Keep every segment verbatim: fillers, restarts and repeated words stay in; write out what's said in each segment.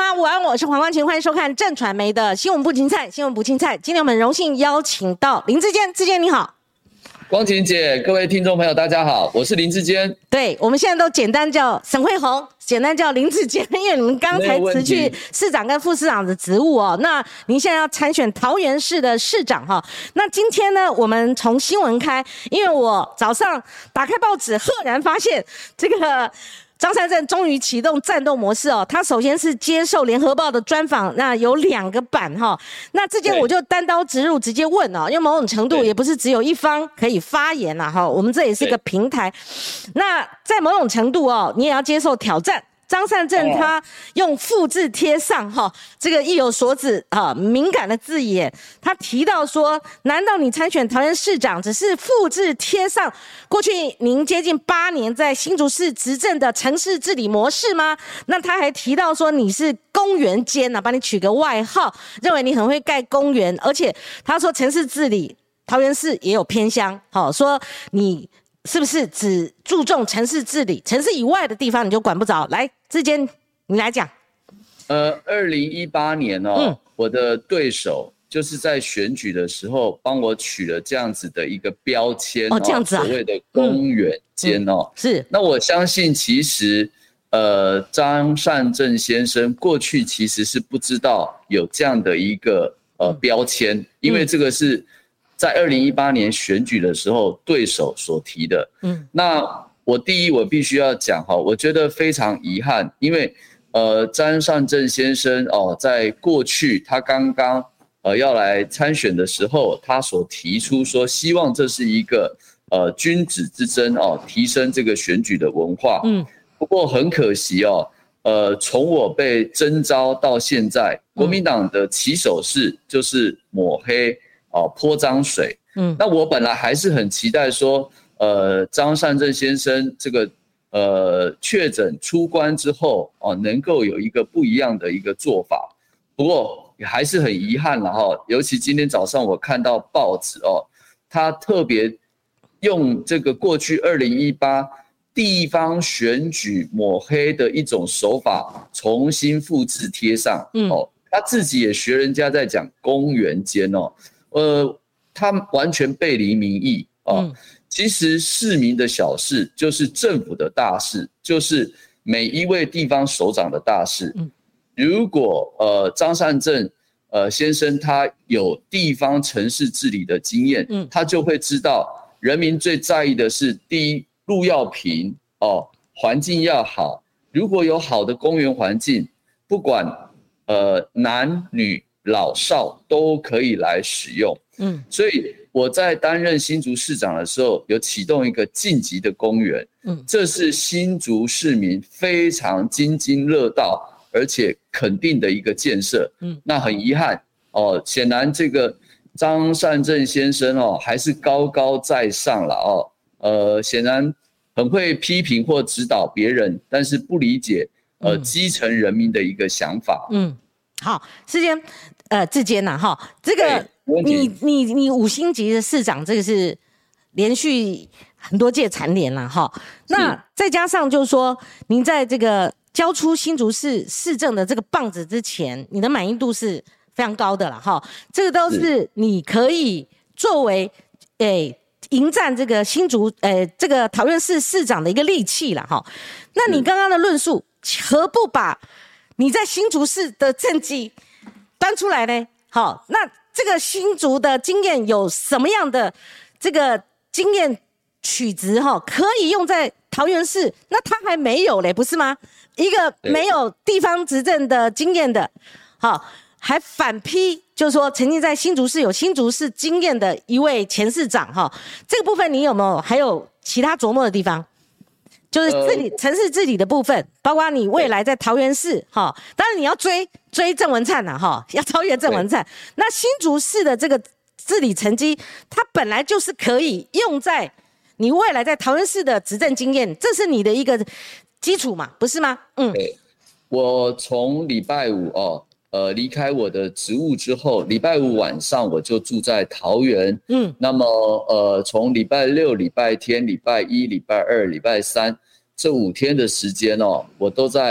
好，午安，我是黄光芹，欢迎收看震传媒的新闻不青菜，新闻不青菜。今天我们荣幸邀请到林智坚，智坚你好。 光芹姐，各位听众朋友，大家好，我是林智坚。 对，我们现在都简单叫沈慧虹，简单叫林智坚，因为你们刚才辞去市长跟副市长的职务哦。那您现在要参选桃园市的市长哈。那今天呢，我们从新闻开，因为我早上打开报纸，赫然发现这个张善政终于启动战斗模式哦，他首先是接受联合报的专访，那有两个版哈，那之间我就单刀直入直接问哦，因为某种程度也不是只有一方可以发言啦哈，我们这也是一个平台，那在某种程度哦，你也要接受挑战。张善政他用复制贴上哈，这个意有所指啊，敏感的字眼。他提到说，难道你参选桃园市长只是复制贴上过去您接近八年在新竹市执政的城市治理模式吗？那他还提到说你是公园监啊，帮你取个外号，认为你很会盖公园，而且他说城市治理桃园市也有偏乡，好说你。是不是只注重城市治理，城市以外的地方你就管不着？来，智坚你来讲。 呃，二零一八年哦、嗯，我的对手就是在选举的时候帮我取了这样子的一个标签哦，这样子啊， 所谓的公园监哦、嗯嗯， 是。 那我相信其实呃张善政先生过去其实是不知道有这样的一个呃标签、嗯，因为这个是。在二零一八年选举的时候，对手所提的，嗯，那我第一我必须要讲哈，我觉得非常遗憾，因为呃张善政先生哦，在过去他刚刚呃要来参选的时候，他所提出说希望这是一个呃君子之争哦，提升这个选举的文化，嗯，不过很可惜哦，呃从我被征召到现在，国民党的起手式就是抹黑。哦，泼脏水。嗯，那我本来还是很期待说，呃，张善政先生这个呃确诊出关之后，哦，能够有一个不一样的一个做法。不过也还是很遗憾了哈，尤其今天早上我看到报纸哦，他特别用这个过去二零一八地方选举抹黑的一种手法，重新复制贴上。嗯，哦，他自己也学人家在讲公园监哦。呃，他完全背离民意啊、哦嗯！其实市民的小事就是政府的大事，就是每一位地方首长的大事。嗯、如果呃张善政呃先生他有地方城市治理的经验，嗯、他就会知道人民最在意的是第一，路要平哦，环境要好。如果有好的公园环境，不管呃男女。老少都可以来使用，嗯，所以我在担任新竹市长的时候，有启动一个晋级的公园，嗯，这是新竹市民非常津津乐道而且肯定的一个建设，嗯，那很遗憾哦，显然这个张善政先生哦还是高高在上了哦，呃，显然很会批评或指导别人，但是不理解呃、嗯、基层人民的一个想法，嗯。 好，智坚，呃，智坚呐，哈，这个你你你五星级的市长，这个是连续很多届蝉联了哈。那再加上就是说，您在这个交出新竹市市政的这个棒子之前，你的满意度是非常高的了哈。这个都是你可以作为诶迎战这个新竹诶这个桃园市市长的一个利器了哈。那你刚刚的论述，何不把你在新竹市的政绩端出来呢？好，那这个新竹的经验有什么样的这个经验取值哈，可以用在桃园市？那他还没有嘞，不是吗？一个没有地方执政的经验的，好，还反批，就是说曾经在新竹市有新竹市经验的一位前市长哈，这个部分你有没有还有其他琢磨的地方？就是治理、呃、城市治理的部分，包括你未来在桃园市哈，当然你要追追郑文灿呐哈，要超越郑文灿。那新竹市的这个治理成绩，它本来就是可以用在你未来在桃园市的执政经验，这是你的一个基础嘛，不是吗？嗯， 对，我从礼拜五哦，呃，离开我的职务之后，礼拜五晚上我就住在桃园，嗯，那么呃，从礼拜六、礼拜天、礼拜一、礼拜二、礼拜三这五天的时间哦，我都在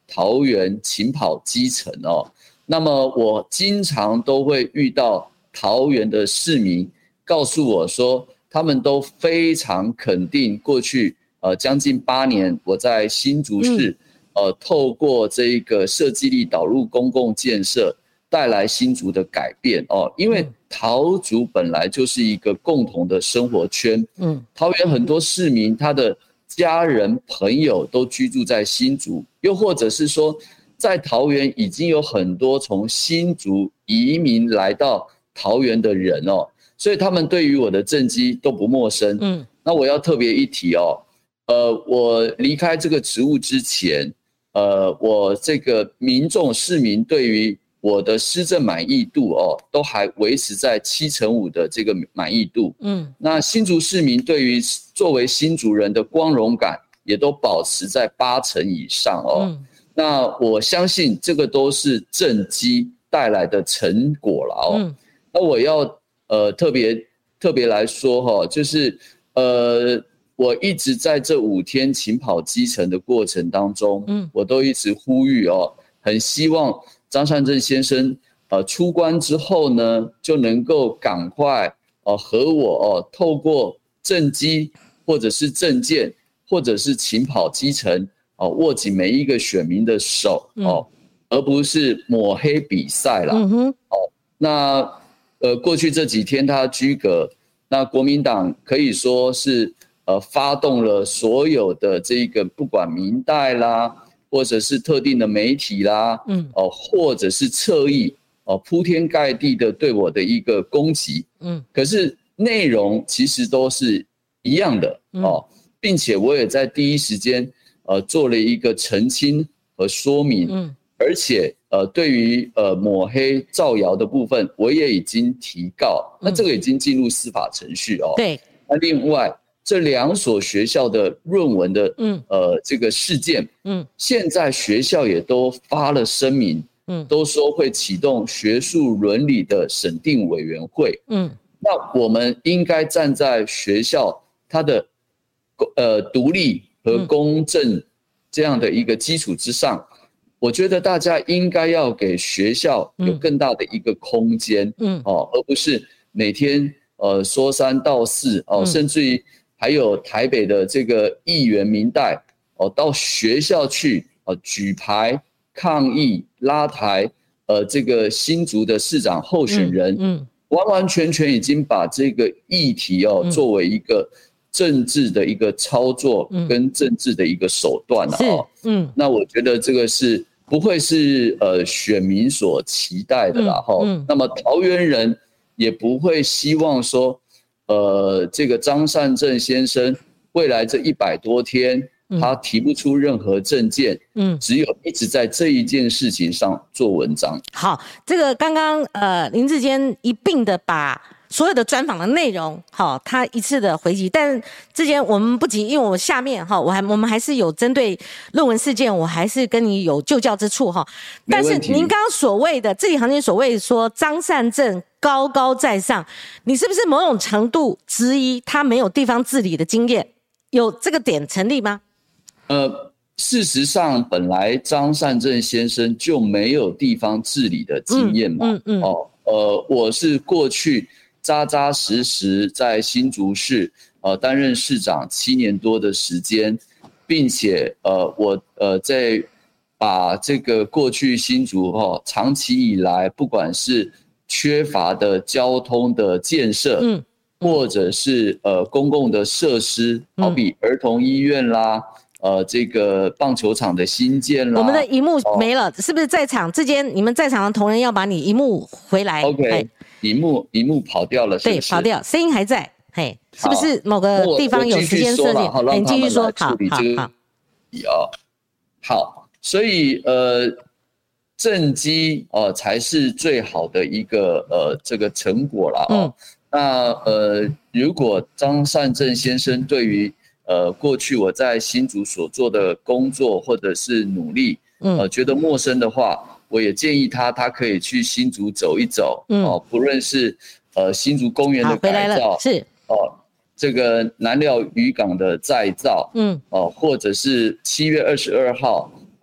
桃园勤跑基层哦，那么我经常都会遇到桃园的市民告诉我说，他们都非常肯定过去呃将近八年我在新竹市、嗯、呃透过这个设计力导入公共建设带来新竹的改变哦，因为桃竹本来就是一个共同的生活圈，嗯，桃园很多市民他的家人朋友都居住在新竹，又或者是说在桃园已经有很多从新竹移民来到桃园的人哦，所以他们对于我的政绩都不陌生，嗯，那我要特别一提哦，呃，我离开这个职务之前，呃，我这个民众市民对于我的施政满意度哦，都还维持在七成五的这个满意度。嗯，那新竹市民对于作为新竹人的光荣感也都保持在八成以上哦。嗯，那我相信这个都是政绩带来的成果了哦。嗯，那我要呃特别特别来说哈、哦，就是呃我一直在这五天勤跑基层的过程当中，嗯，我都一直呼吁哦，很希望张善政先生，呃，出关之后呢，就能够赶快，呃，和我哦，透过政绩或者是政见，或者是勤跑基层，哦，握紧每一个选民的手哦，嗯、而不是抹黑比赛啦。嗯哼，哦，那呃，过去这几天他居隔，那国民党可以说是呃发动了所有的这个不管民代啦。或者是特定的媒体啦，嗯，哦，或者是侧翼，哦，铺天盖地的对我的一个攻击，嗯，可是内容其实都是一样的，哦，并且我也在第一时间，呃，做了一个澄清和说明，嗯，而且呃，对于呃抹黑造谣的部分，我也已经提告，那这个已经进入司法程序哦， 对， 那另外。这两所学校的论文的，嗯，呃，这个事件，嗯，现在学校也都发了声明，嗯，都说会启动学术伦理的审定委员会，嗯，那我们应该站在学校它的，呃，独立和公正这样的一个基础之上，我觉得大家应该要给学校有更大的一个空间，嗯，哦，而不是每天呃说三道四哦，甚至于。还有台北的这个议员民代哦，到学校去哦举牌抗议拉抬，呃，这个新竹的市长候选人，嗯，嗯完完全全已经把这个议题哦、嗯、作为一个政治的一个操作跟政治的一个手段了哦，嗯，那我觉得这个是不会是呃选民所期待的啦哈、嗯嗯，那么桃园人也不会希望说。呃，这个张善政先生未来这一百多天，嗯、他提不出任何政见，嗯，只有一直在这一件事情上做文章。 好，这个刚刚呃林智坚一并的把所有的专访的内容，好，他一次的回击。但之前我们不急，因为我下面哈，我还我们还是有针对论文事件，我还是跟你有就教之处哈。但是您刚刚所谓的字里行间所谓说张善政高高在上，你是不是某种程度质疑他没有地方治理的经验？有这个点成立吗？ 呃，事实上，本来张善政先生就没有地方治理的经验嘛。嗯嗯嗯、哦，呃，我是过去扎扎实实在新竹市呃担任市长七年多的时间，并且呃我呃在把这个过去新竹哈、哦、长期以来不管是缺乏的交通的建设，嗯，或者是呃公共的设施，好比儿童医院啦，呃这个棒球场的新建啦。 我们的荧幕没了，哦、是不是在场之间你们在场的同仁要把你荧幕回来 ？OK， 荧幕荧幕跑掉了是不是， 对，跑掉，声音还在，嘿，是不是某个地方有时间设定？ 你继续说， 好，好，好， 好，好，所以呃。政绩哦、呃、才是最好的一个呃这个成果啦哦。嗯、那呃如果张善政先生对于呃过去我在新竹所做的工作或者是努力，嗯、呃觉得陌生的话，我也建议他他可以去新竹走一走，嗯、哦，不论是呃新竹公园的改造是哦，这个南寮渔港的再造，嗯，哦，或者是七月二十二号。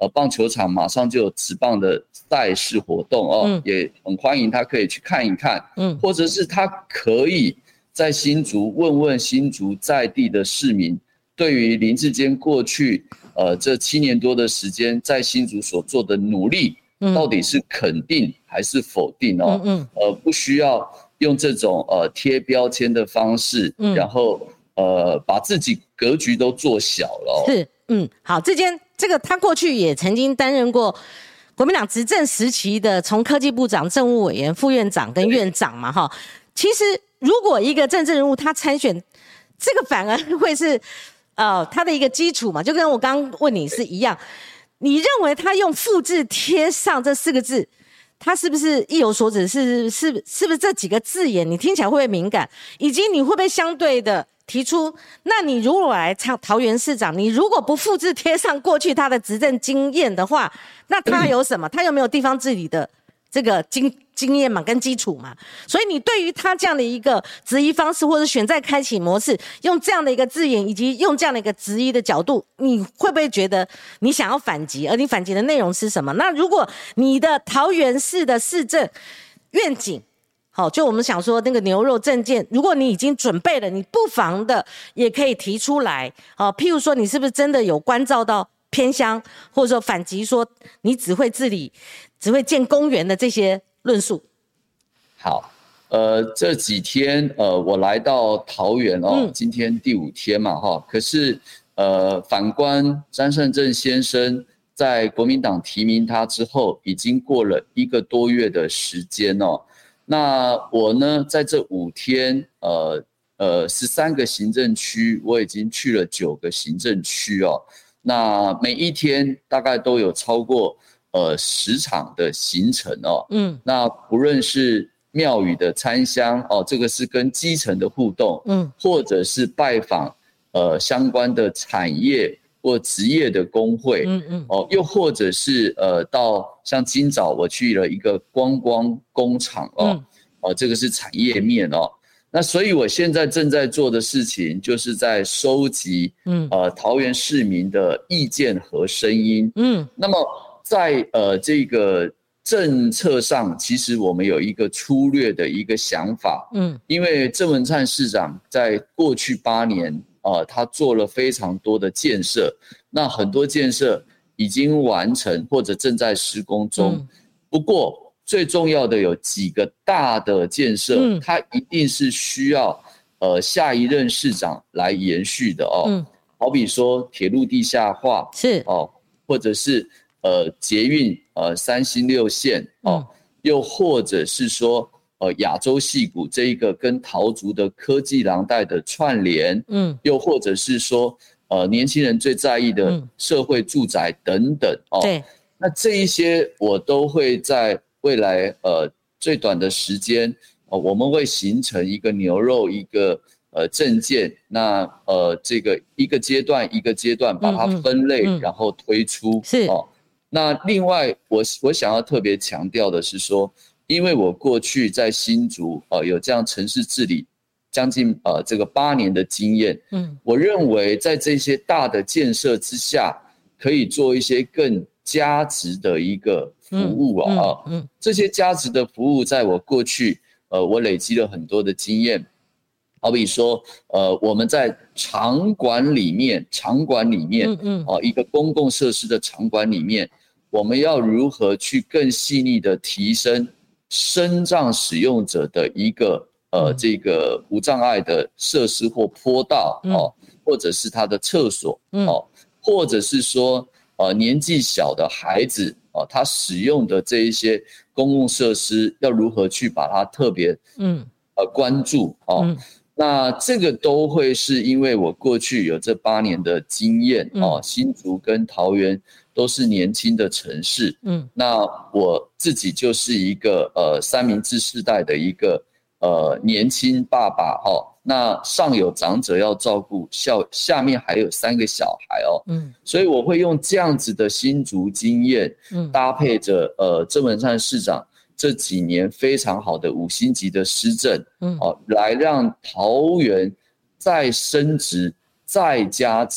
呃棒球场马上就有职棒的赛事活动哦，嗯、也很欢迎他可以去看一看，嗯，或者是他可以在新竹问问新竹在地的市民，对于林智坚过去呃这七年多的时间在新竹所做的努力，嗯、到底是肯定还是否定哦？嗯嗯，呃，不需要用这种呃贴标签的方式，嗯、然后呃把自己格局都做小了、哦。 是，嗯，好，智坚这个他过去也曾经担任过国民党执政时期的从科技部长、政务委员、副院长跟院长嘛，哈。其实如果一个政治人物他参选，这个反而会是呃他的一个基础嘛，就跟我刚刚问你是一样。你认为他用复制贴上这四个字，他是不是意有所指？是是是不是这几个字眼你听起来会不会敏感？以及你会不会相对的提出，那你如果来唱桃园市长，你如果不复制贴上过去他的执政经验的话，那他有什么？他有没有地方治理的这个经经验嘛，跟基础嘛？所以你对于他这样的一个质疑方式，或者选在开启模式，用这样的一个字眼，以及用这样的一个质疑的角度，你会不会觉得你想要反击？而你反击的内容是什么？那如果你的桃园市的市政愿景，好，就我们想说那个牛肉政见，如果你已经准备了，你不妨的也可以提出来。好，譬如说你是不是真的有关照到偏乡，或者说反击说你只会治理、只会建公园的这些论述？ 好，呃，这几天呃，我来到桃园哦，嗯、今天第五天嘛哈、哦，可是呃，反观张善政先生在国民党提名他之后，已经过了一个多月的时间哦。那我呢，在这五天，呃呃，十三个行政区，我已经去了九个行政区哦。那每一天大概都有超过呃十场的行程哦。嗯，那不论是庙宇的参香哦，这个是跟基层的互动，嗯，或者是拜访呃相关的产业或职业的工会，嗯嗯，哦，又或者是呃到像今早我去了一个观光工厂哦，嗯、哦，这个是产业面哦。那所以我现在正在做的事情，就是在收集，嗯，呃，桃园市民的意见和声音，嗯，那么在呃这个政策上，其实我们有一个粗略的一个想法，嗯，因为郑文灿市长在过去八年，呃，他做了非常多的建设，那很多建设已经完成或者正在施工中，嗯、不过。最重要的有几个大的建设，嗯、它一定是需要呃下一任市长来延续的哦。嗯、好比说铁路地下化是哦，或者是呃捷运呃三星六线哦，嗯、又或者是说呃亚洲矽谷这一个跟桃竹的科技廊带的串联，嗯，又或者是说呃年轻人最在意的社会住宅等等哦。 对， 那这一些我都会在。未来呃最短的时间，呃我们会形成一个牛肉一个呃政见，那呃这个一个阶段一个阶段把它分类，嗯嗯、然后推出是哦。 那另外我我想要特别强调的是说，因为我过去在新竹呃有这样城市治理将近呃这个八年的经验，嗯，我认为在这些大的建设之下，可以做一些更加值的一个。服务啊，嗯嗯嗯、这些价值的服务，在我过去，呃，我累积了很多的经验。好比说，呃，我们在场馆里面，场馆里面，嗯嗯，呃、一个公共设施的场馆里面，我们要如何去更细腻的提升身障使用者的一个呃、嗯、这个无障碍的设施或坡道哦、呃，或者是他的厕所哦、呃，或者是说呃年纪小的孩子。哦，他使用的这一些公共设施要如何去把它特别嗯呃关注哦，嗯、那这个都会是因为我过去有这八年的经验哦，嗯、新竹跟桃园都是年轻的城市，嗯，那我自己就是一个呃三明治世代的一个呃年轻爸爸哦。那上有长者要照顾，下下面还有三个小孩哦，嗯，所以我会用这样子的新竹经验，嗯，搭配着呃郑文灿市长这几年非常好的五星级的施政，嗯，哦，来让桃园再升值、再加值，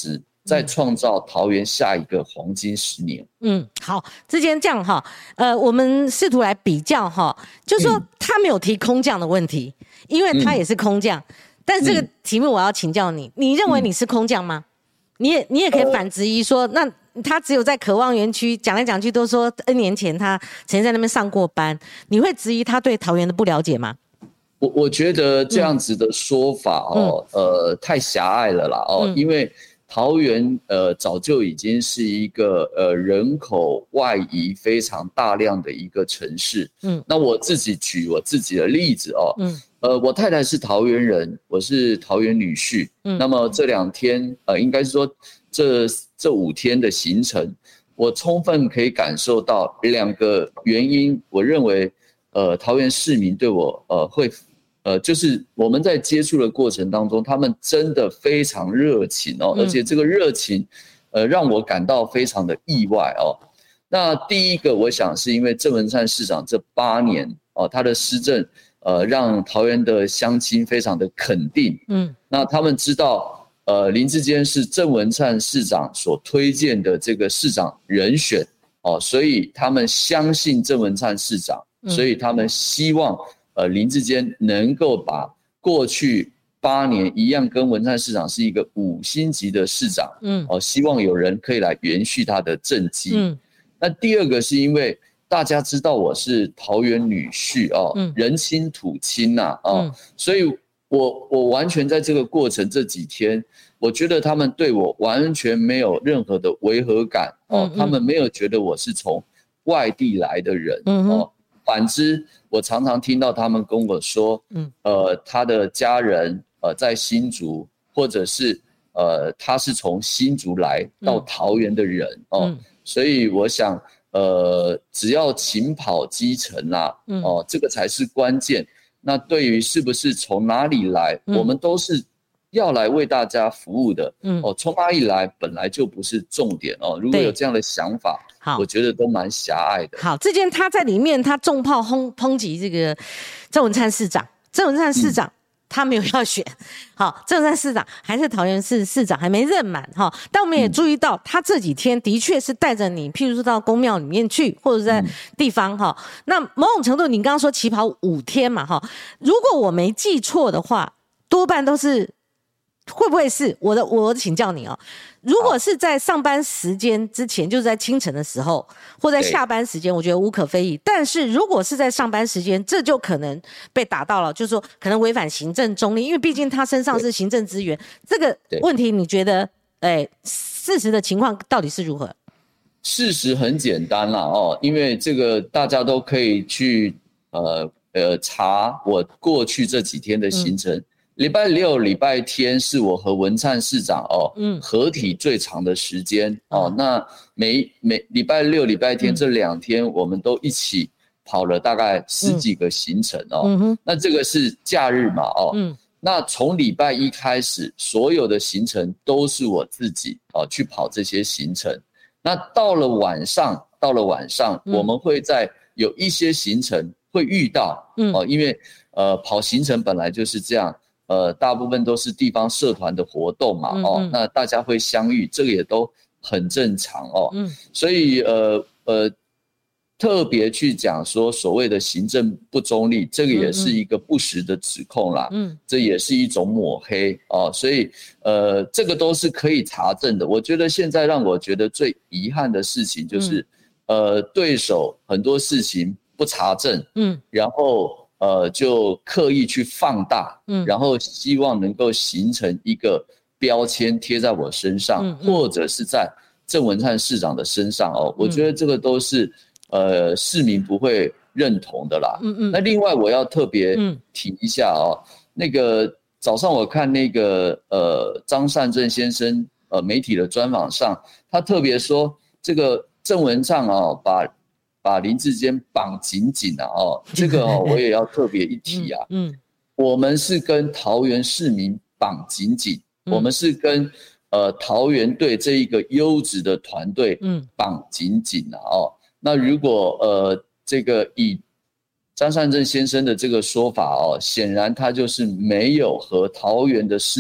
再创造桃园下一个黄金十年。 嗯，好，之前这样哈，呃，我们试图来比较哈，就说他没有提空降的问题，因为他也是空降，嗯、但是这个题目我要请教你，你认为你是空降吗？嗯、你也你也可以反质疑说，那他只有在渴望园区讲来讲去都说 N 年前他曾经在那边上过班，你会质疑他对桃园的不了解吗？ 我我觉得这样子的说法哦，嗯、呃，太狭隘了啦哦，嗯、因为桃园呃早就已经是一个呃人口外移非常大量的一个城市。嗯，那我自己举我自己的例子哦，嗯，呃，我太太是桃园人，我是桃园女婿。嗯，那么这两天呃，应该是说这这五天的行程，我充分可以感受到两个原因，我认为呃桃园市民对我呃会。呃，就是我们在接触的过程当中，他们真的非常热情哦，嗯、而且这个热情，呃，让我感到非常的意外哦。那第一个，我想是因为郑文灿市长这八年哦，他的施政，呃，让桃园的乡亲非常的肯定。嗯，那他们知道，呃，林智坚是郑文灿市长所推荐的这个市长人选哦，所以他们相信郑文灿市长，所以他们希望。呃，林智坚能够把过去八年一样跟文灿市长是一个五星级的市长，嗯，哦、呃，希望有人可以来延续他的政绩。嗯，那第二个是因为大家知道我是桃园女婿哦，嗯、人亲土亲呐、啊，哦，嗯、所以我我完全在这个过程这几天，我觉得他们对我完全没有任何的违和感哦，嗯嗯他们没有觉得我是从外地来的人、嗯、哦。反之，我常常听到他们跟我说，嗯，呃，他的家人呃在新竹，或者是呃他是从新竹来到桃园的人、嗯、哦，嗯、所以我想，呃，只要勤跑基层啦、啊，嗯、哦，这个才是关键。那对于是不是从哪里来，嗯、我们都是要来为大家服务的，嗯，哦，从哪里来本来就不是重点哦。如果有这样的想法。我觉得都蛮狭隘的。 好，之前他在里面，他重炮轰抨击这个郑文灿市长，郑文灿市长、嗯、他没有要选，好，郑文灿市长还是桃园市市长，还没任满哈。但我们也注意到，他这几天的确是带着你，譬如说到公庙里面去，或者在地方哈、嗯。那某种程度，你刚刚说起跑五天嘛哈，如果我没记错的话，多半都是。会不会是我的？我请教你哦。如果是在上班时间之前，就是在清晨的时候，或在下班时间，我觉得无可非议。但是如果是在上班时间，这就可能被打到了，就是说可能违反行政中立，因为毕竟他身上是行政资源。这个问题，你觉得，哎，事实的情况到底是如何？ 事实很简单啦哦，因为这个大家都可以去呃呃查我过去这几天的行程。嗯礼拜六、礼拜天是我和文灿市长哦，嗯，合体最长的时间哦。那每每礼拜六、礼拜天这两天，我们都一起跑了大概十几个行程哦。嗯哼，那这个是假日嘛哦。嗯，那从礼拜一开始，所有的行程都是我自己哦去跑这些行程。那到了晚上，到了晚上，嗯、我们会在有一些行程会遇到，嗯哦，因为呃跑行程本来就是这样。呃，大部分都是地方社团的活动嘛，哦，嗯嗯那大家会相遇，这个也都很正常哦。嗯，所以呃呃，特别去讲说所谓的行政不中立，这个也是一个不实的指控啦。嗯，这也是一种抹黑哦。所以呃，这个都是可以查证的。我觉得现在让我觉得最遗憾的事情就是，嗯、呃，对手很多事情不查证，嗯，然后。呃，就刻意去放大，嗯，然后希望能够形成一个标签贴在我身上，嗯嗯、或者是在郑文灿市长的身上哦。嗯、我觉得这个都是呃市民不会认同的啦。嗯嗯。那另外我要特别提一下哦，嗯、那个早上我看那个呃张善政先生呃媒体的专访上，他特别说这个郑文灿哦把。把林智坚绑紧紧啊！哦，这个哦，我也要特别一提啊。嗯，嗯我们是跟桃园市民绑紧紧，嗯、我们是跟呃桃园队这一个优质的团队绑紧紧啊！哦，那如果呃这个以张善政先生的这个说法哦，显然他就是没有和桃园的市民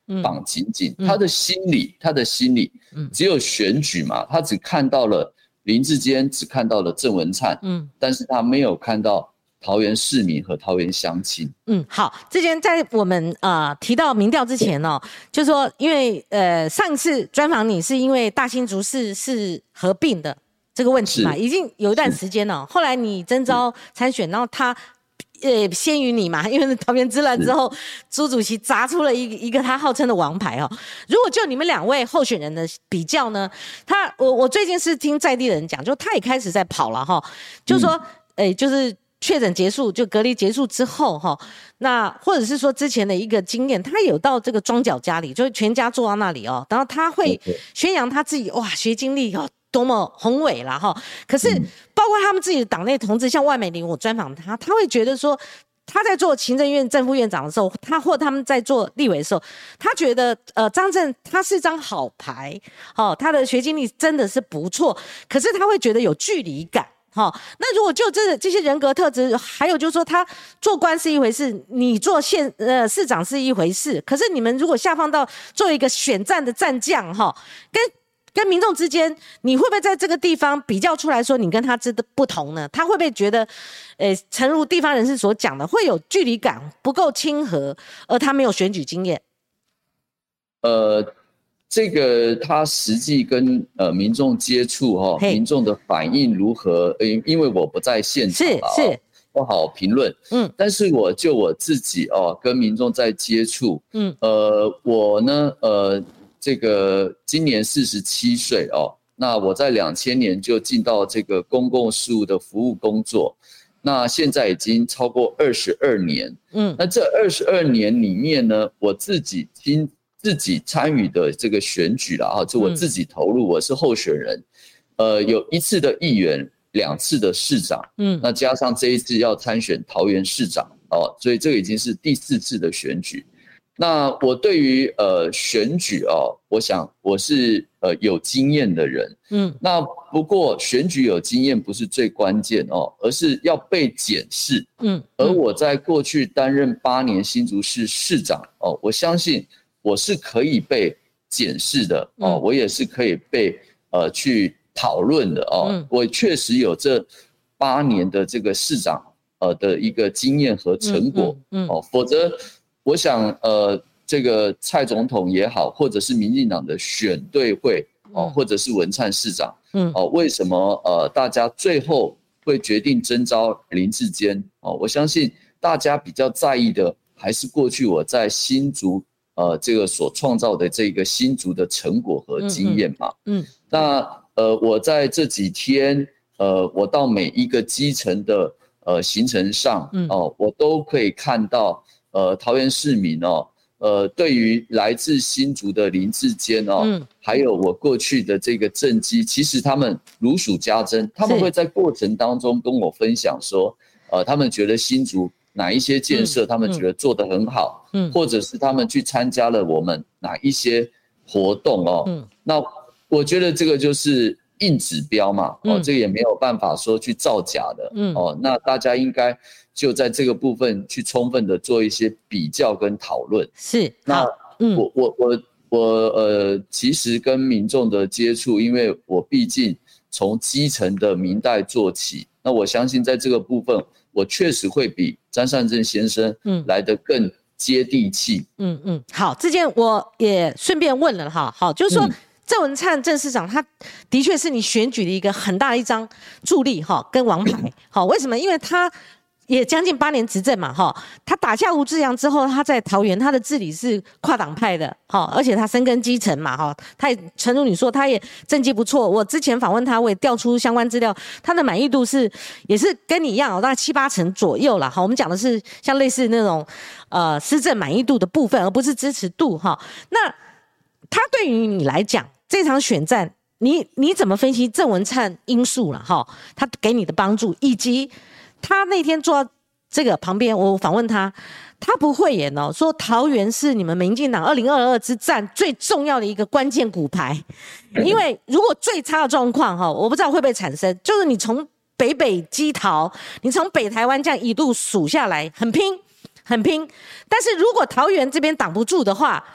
绑紧紧，嗯、他的心里，他的心里，只有选举嘛，他只看到了林智坚，只看到了郑文灿，嗯，但是他没有看到桃园市民和桃园乡亲。 嗯，好，之前在我们呃提到民调之前哦，就说因为呃上次专访你是因为大新竹市是合并的这个问题嘛，已经有一段时间了。后来你征召参选，然后他呃先于你嘛，因为桃园之乱之后，朱主席砸出了一个一个他号称的王牌哦。如果就你们两位候选人的比较呢，他我我最近是听在地的人讲，就他也开始在跑了哈，就说诶、嗯欸、就是确诊结束就隔离结束之后哈，那或者是说之前的一个经验，他有到这个庄脚家里，就是全家坐到那里哦，然后他会宣扬他自己哇学经历哦。多么宏伟啦哈！可是包括他们自己的党内同志，像万美玲，我专访他，他会觉得说，他在做行政院正副院长的时候，他或他们在做立委的时候，他觉得呃张正他是张好牌，哦，他的学经历真的是不错，可是他会觉得有距离感。好，那如果就这这些人格特质，还有就是说他做官是一回事，你做县呃市长是一回事，可是你们如果下放到做一个选战的战将哈，跟跟民众之间，你会不会在这个地方比较出来说你跟他之的不同呢？他会不会觉得，呃，诚如地方人士所讲的，会有距离感不够亲和，而他没有选举经验？ 呃，这个他实际跟呃民众接触哈、哦，民众的反应如何？呃，因为我不在现场啊， 是是不好评论。嗯，但是我就我自己哦，跟民众在接触，嗯，呃，我呢，呃。这个今年四十七岁哦，那我在两千年就进到这个公共事务的服务工作，那现在已经超过二十二年，嗯，那这二十二年里面呢，我自己亲自己参与的这个选举啦，哈，就我自己投入，我是候选人，呃，有一次的议员，两次的市长，嗯，那加上这一次要参选桃园市长哦，所以这个已经是第四次的选举。那我对于呃选举哦，我想我是呃有经验的人，嗯，那不过选举有经验不是最关键哦，而是要被检视，嗯，而我在过去担任八年新竹市市长哦，我相信我是可以被检视的哦，嗯、我也是可以被呃去讨论的哦，嗯、我确实有这八年的这个市长呃的一个经验和成果，嗯嗯嗯、哦，否则。我想，呃，这个蔡总统也好，或者是民进党的选对会哦，或者是文灿市长，嗯，哦，为什么呃大家最后会决定征召林智坚？哦，我相信大家比较在意的还是过去我在新竹呃这个所创造的这个新竹的成果和经验嘛。嗯，嗯那呃我在这几天呃我到每一个基层的呃行程上，嗯、哦，我都可以看到。呃，桃园市民哦，呃，对于来自新竹的林智坚哦，嗯、还有我过去的这个政绩，其实他们如数家珍，他们会在过程当中跟我分享说，呃，他们觉得新竹哪一些建设，他们觉得做得很好，嗯，或者是他们去参加了我们哪一些活动哦，嗯，那我觉得这个就是硬指标嘛，哦，这个也没有办法说去造假的，嗯，哦，那大家应该。就在这个部分去充分的做一些比较跟讨论。 是， 那嗯，我我我我呃，其实跟民众的接触，因为我毕竟从基层的民代做起，那我相信在这个部分，我确实会比张善政先生嗯来得更接地气。嗯嗯，好，这件我也顺便问了哈，好，就是说。嗯郑文灿郑市长，他的确是你选举的一个很大的一张助力哈，跟王牌。好，为什么？因为他也将近八年执政嘛，哈，他打下吴志阳之后，他在桃园他的治理是跨党派的，哈，而且他深耕基层嘛，哈，他也诚如你说，他也政绩不错。我之前访问他，我也调出相关资料，他的满意度是也是跟你一样，大概七八成左右啦。哈，我们讲的是像类似那种呃施政满意度的部分，而不是支持度哈。那他对于你来讲，这场选战，你你怎么分析郑文灿因素了哈？他给你的帮助，以及他那天坐到这个旁边，我访问他，他不讳言哦，说桃园是你们民进党二零二二之战最重要的一个关键骨牌，因为如果最差的状况哈，我不知道会不会产生，就是你从北北基桃，你从北台湾这样一路数下来，很拼，很拼，但是如果桃园这边挡不住的话。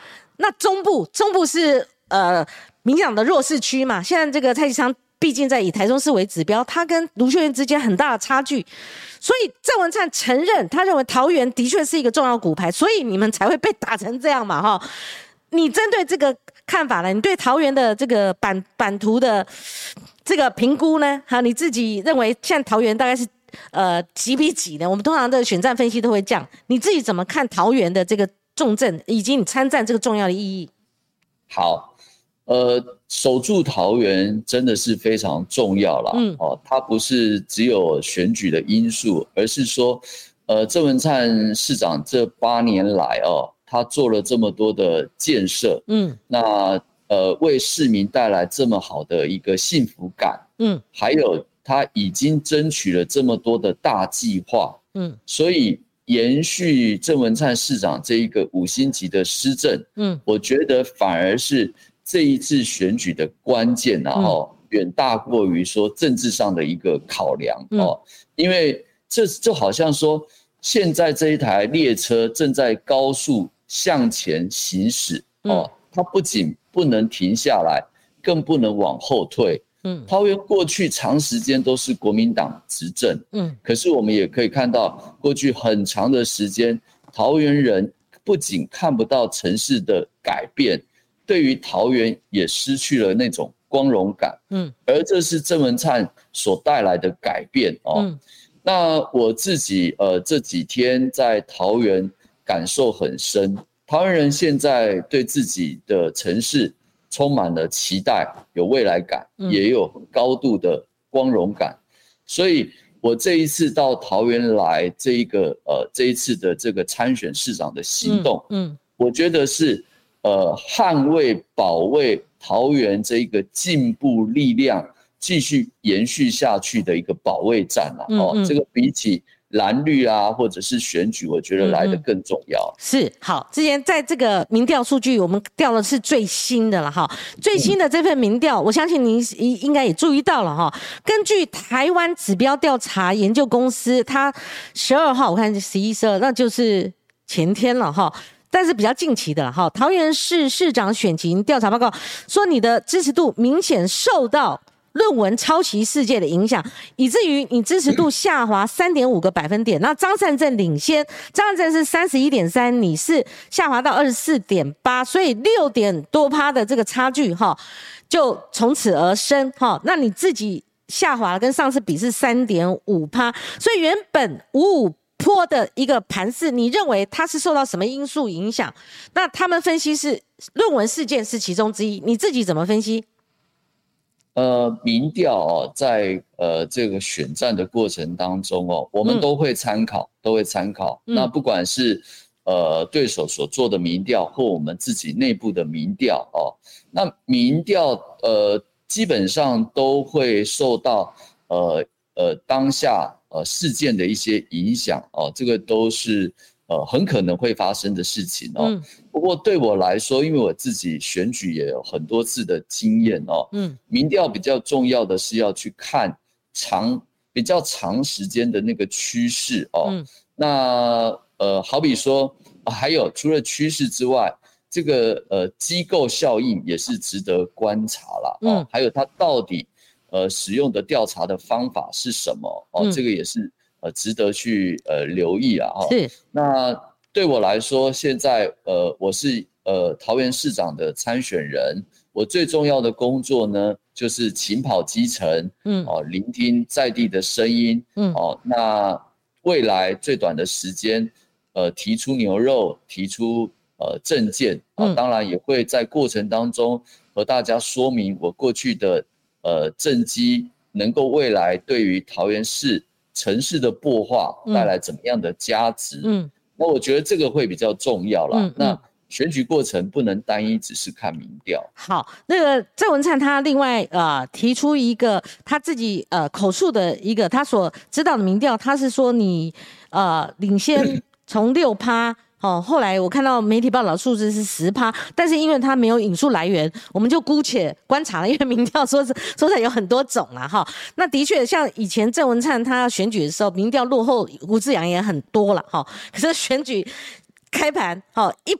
那中部中部是呃民进党的弱势区嘛，现在这个蔡其昌毕竟在以台中市为指标，他跟卢秀燕之间很大的差距，所以郑文灿承认他认为桃园的确是一个重要骨牌，所以你们才会被打成这样嘛哈。你针对这个看法呢？你对桃园的这个版版图的这个评估呢？哈，你自己认为现在桃园大概是呃几比几呢？我们通常的选战分析都会这样，你自己怎么看桃园的这个重镇以及你参战这个重要的意义？ 好，呃，守住桃园真的是非常重要啦。嗯，哦，它不是只有选举的因素，而是说，呃，郑文灿市长这八年来哦。他做了这么多的建设，嗯，那呃为市民带来这么好的一个幸福感，嗯，还有他已经争取了这么多的大计划，嗯，所以延续郑文灿市长这一个五星级的施政，嗯，我觉得反而是这一次选举的关键啊，哦，远大过于说政治上的一个考量哦，因为这就好像说现在这一台列车正在高速向前行驶，哦，它不仅不能停下来，更不能往后退。嗯，桃园过去长时间都是国民党执政，嗯，可是我们也可以看到，过去很长的时间，桃园人不仅看不到城市的改变，对于桃园也失去了那种光荣感。嗯，而这是郑文灿所带来的改变哦。嗯，那我自己呃这几天在桃园感受很深，桃园人现在对自己的城市充满了期待，有未来感，也有高度的光荣感。所以我这一次到桃园来，这一个呃这一次的这个参选市长的行动，嗯，嗯我觉得是呃捍卫保卫桃园这一个进步力量继续延续下去的一个保卫战啊，哦，嗯嗯这个比起蓝绿啊，或者是选举，我觉得来得更重要。嗯、 是好，之前在这个民调数据，我们调的是最新的了哈。最新的这份民调，嗯、我相信您应该也注意到了哈。根据台湾指标调查研究公司，它十二号我看十一、十二，那就是前天了哈。但是比较近期的了哈。桃园市市长选情调查报告说，你的支持度明显受到论文抄袭事件的影响，以至于你支持度下滑 三点五 个百分点。那张善政领先，张善政是 三十一点三， 你是下滑到 二十四点八， 所以六点多趴的这个差距哈，就从此而生哈。那你自己下滑跟上次比是 三点五趴， 所以原本五五波的一个盘势，你认为它是受到什么因素影响？那他们分析是论文事件是其中之一，你自己怎么分析？ 呃，民调哦，在呃这个选战的过程当中哦，我们都会参考，嗯、都会参考。嗯、那不管是呃对手所做的民调，或我们自己内部的民调哦，那民调呃基本上都会受到呃呃当下呃事件的一些影响哦，这个都是呃很可能会发生的事情哦。嗯不过对我来说，因为我自己选举也有很多次的经验哦，嗯，民调比较重要的是要去看长比较长时间的那个趋势哦。嗯、那呃，好比说、啊，还有除了趋势之外，这个呃机构效应也是值得观察啦。哦，嗯、还有它到底呃使用的调查的方法是什么哦，嗯、这个也是呃值得去呃留意啊。哈、哦，是那。对我来说，现在呃，我是呃桃园市长的参选人，我最重要的工作呢，就是勤跑基层，嗯，哦，聆听在地的声音，嗯，哦，那未来最短的时间，呃，提出牛肉，提出呃政见，啊、哦，当然也会在过程当中和大家说明我过去的呃政绩能够未来对于桃园市城市的擘画带来怎么样的价值，嗯。嗯那我觉得这个会比较重要啦。嗯嗯、那选举过程不能单一只是看民调。 好，那个郑文灿他另外呃提出一个他自己呃口述的一个他所知道的民调，他是说你呃领先从六趴。哦，后来我看到媒体报道数字是十趴，但是因为他没有引述来源，我们就姑且观察了。因为民调说是说是有很多种啦，哈。那的确，像以前郑文灿他选举的时候，民调落后吴志阳也很多了，哈。可是选举开盘，哈一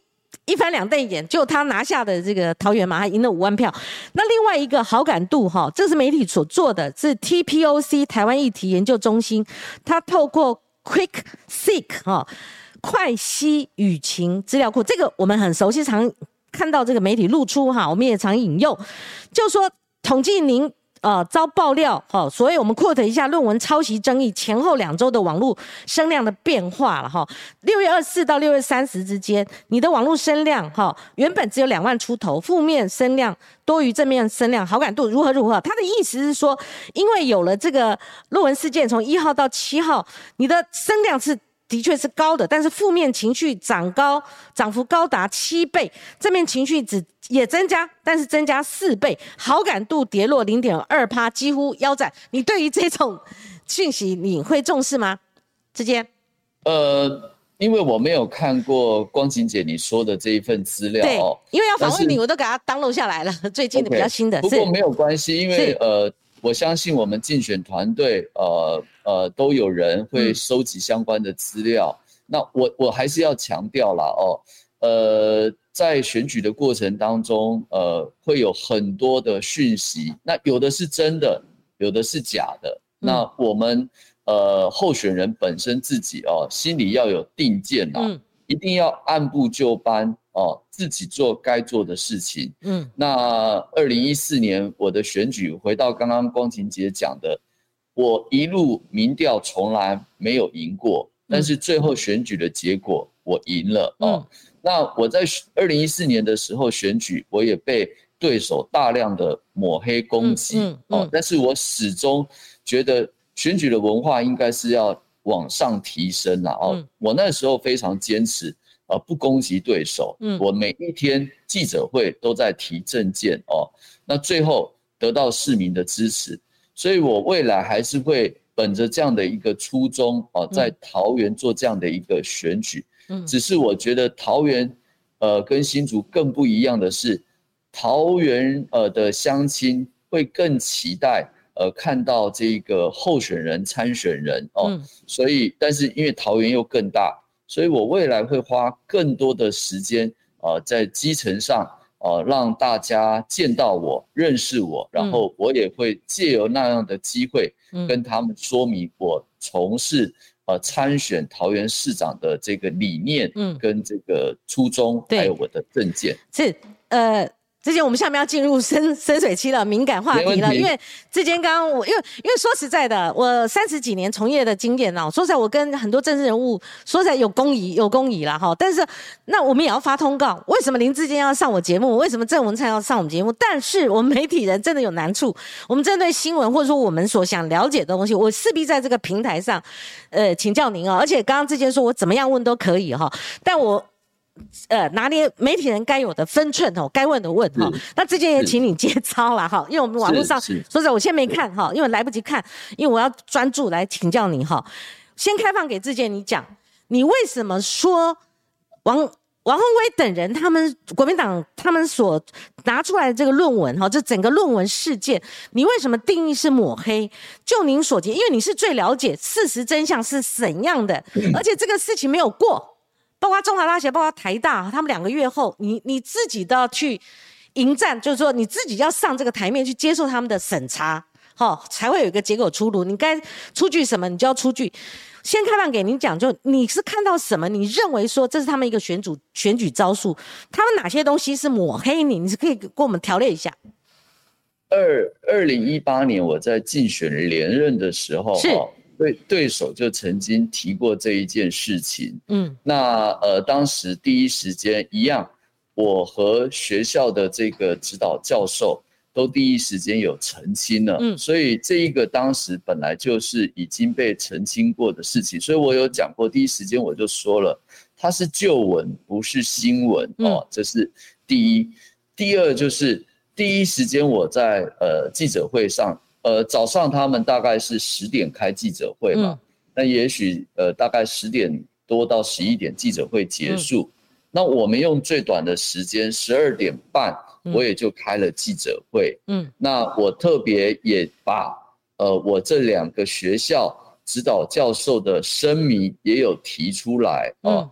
一翻两瞪眼，就他拿下的这个桃园嘛，还赢了五万票。那另外一个好感度哈，这是媒体所做的，是 T P O C 台湾议题研究中心，他透过 Quick Seek 哈快析舆情资料库，这个我们很熟悉，常看到这个媒体露出哈，我们也常引用，就说统计您呃遭爆料哈，所以我们 quote 一下论文抄袭争议前后两周的网络声量的变化了哈。六月二十四到六月三十之间，你的网络声量哈原本只有两万出头，负面声量多于正面声量，好感度如何如何？他的意思是说，因为有了这个论文事件，从一号到七号，你的声量是的确是高的，但是负面情绪涨高，涨幅高达七倍，正面情绪只也增加，但是增加四倍，好感度跌落 零点二趴， 几乎腰斩。你对于这种讯息你会重视吗？之间呃因为我没有看过光晴姐你说的这一份资料哦， 对，因为要访问你我都给它 download 下来了，最近的比较新的。 Okay, 不过没有关系，因为呃我相信我们竞选团队呃呃都有人会收集相关的资料。嗯、那我我还是要强调啦哦，呃，在选举的过程当中，呃，会有很多的讯息，那有的是真的，有的是假的。嗯、那我们呃候选人本身自己哦，心里要有定见啦，嗯、一定要按部就班哦，自己做该做的事情。嗯，那二零一四年我的选举，回到刚刚光晴姐讲的，我一路民调从来没有赢过，但是最后选举的结果我赢了哦。嗯、那我在二零一四年的时候选举，我也被对手大量的抹黑攻击、嗯嗯嗯、哦，但是我始终觉得选举的文化应该是要往上提升啦哦。嗯、我那时候非常坚持。呃，不攻击对手，嗯，我每一天记者会都在提政见哦，那最后得到市民的支持，所以我未来还是会本着这样的一个初衷哦，在桃园做这样的一个选举，嗯，只是我觉得桃园呃跟新竹更不一样的是，桃园呃的乡亲会更期待呃看到这个候选人参选人哦，嗯、所以但是因为桃园又更大。所以我未来会花更多的时间，呃，在基层上，呃，让大家见到我、认识我，然后我也会借由那样的机会，跟他们说明我从事呃参选桃园市长的这个理念，跟这个初衷，还有我的政见。 是，呃。之前我们下面要进入深深水期了，敏感话题了。因为之前刚刚我，因为因为说实在的，我三十几年从业的经验哦，说实在，我跟很多政治人物说实在有公疑有公疑啦哈。但是那我们也要发通告，为什么林智坚要上我节目？为什么郑文灿要上我们节目？但是我们媒体人真的有难处，我们针对新闻或者说我们所想了解的东西，我势必在这个平台上，呃，请教您啊。而且刚刚之前说我怎么样问都可以哈，但我。呃，拿捏媒体人该有的分寸哦，该问的问哈。那之前也请你接招啦哈，因为我们网络上说实在，我现在没看哈，因为来不及看，因为我要专注来请教你哈。先开放给志坚，你讲，你为什么说王王宏威等人他们国民党他们所拿出来的这个论文哈，这整个论文事件，你为什么定义是抹黑？就您所见，因为你是最了解事实真相是怎样的，而且这个事情没有过。包括中华大学，包括台大，他们两个月后，你你自己都要去迎战，就是说你自己要上这个台面去接受他们的审查，齁，才会有一个结果出炉。你该出具什么，你就要出具。先开放给您讲，就你是看到什么，你认为说这是他们一个选举选举招数，他们哪些东西是抹黑你，你是可以跟我们条列一下。 二二零一八年我在竞选连任的时候， 是。 对对手就曾经提过这一件事情，嗯，那呃当时第一时间一样，我和学校的这个指导教授都第一时间有澄清了，嗯，所以这一个当时本来就是已经被澄清过的事情，所以我有讲过，第一时间我就说了，它是旧闻，不是新闻，嗯、哦，这是第一。第二就是第一时间我在呃记者会上。呃，早上他们大概是十点开记者会嘛，嗯、那也许呃大概十点多到十一点记者会结束，嗯、那我们用最短的时间十二点半，我也就开了记者会。嗯，那我特别也把呃我这两个学校指导教授的声明也有提出来哦。嗯、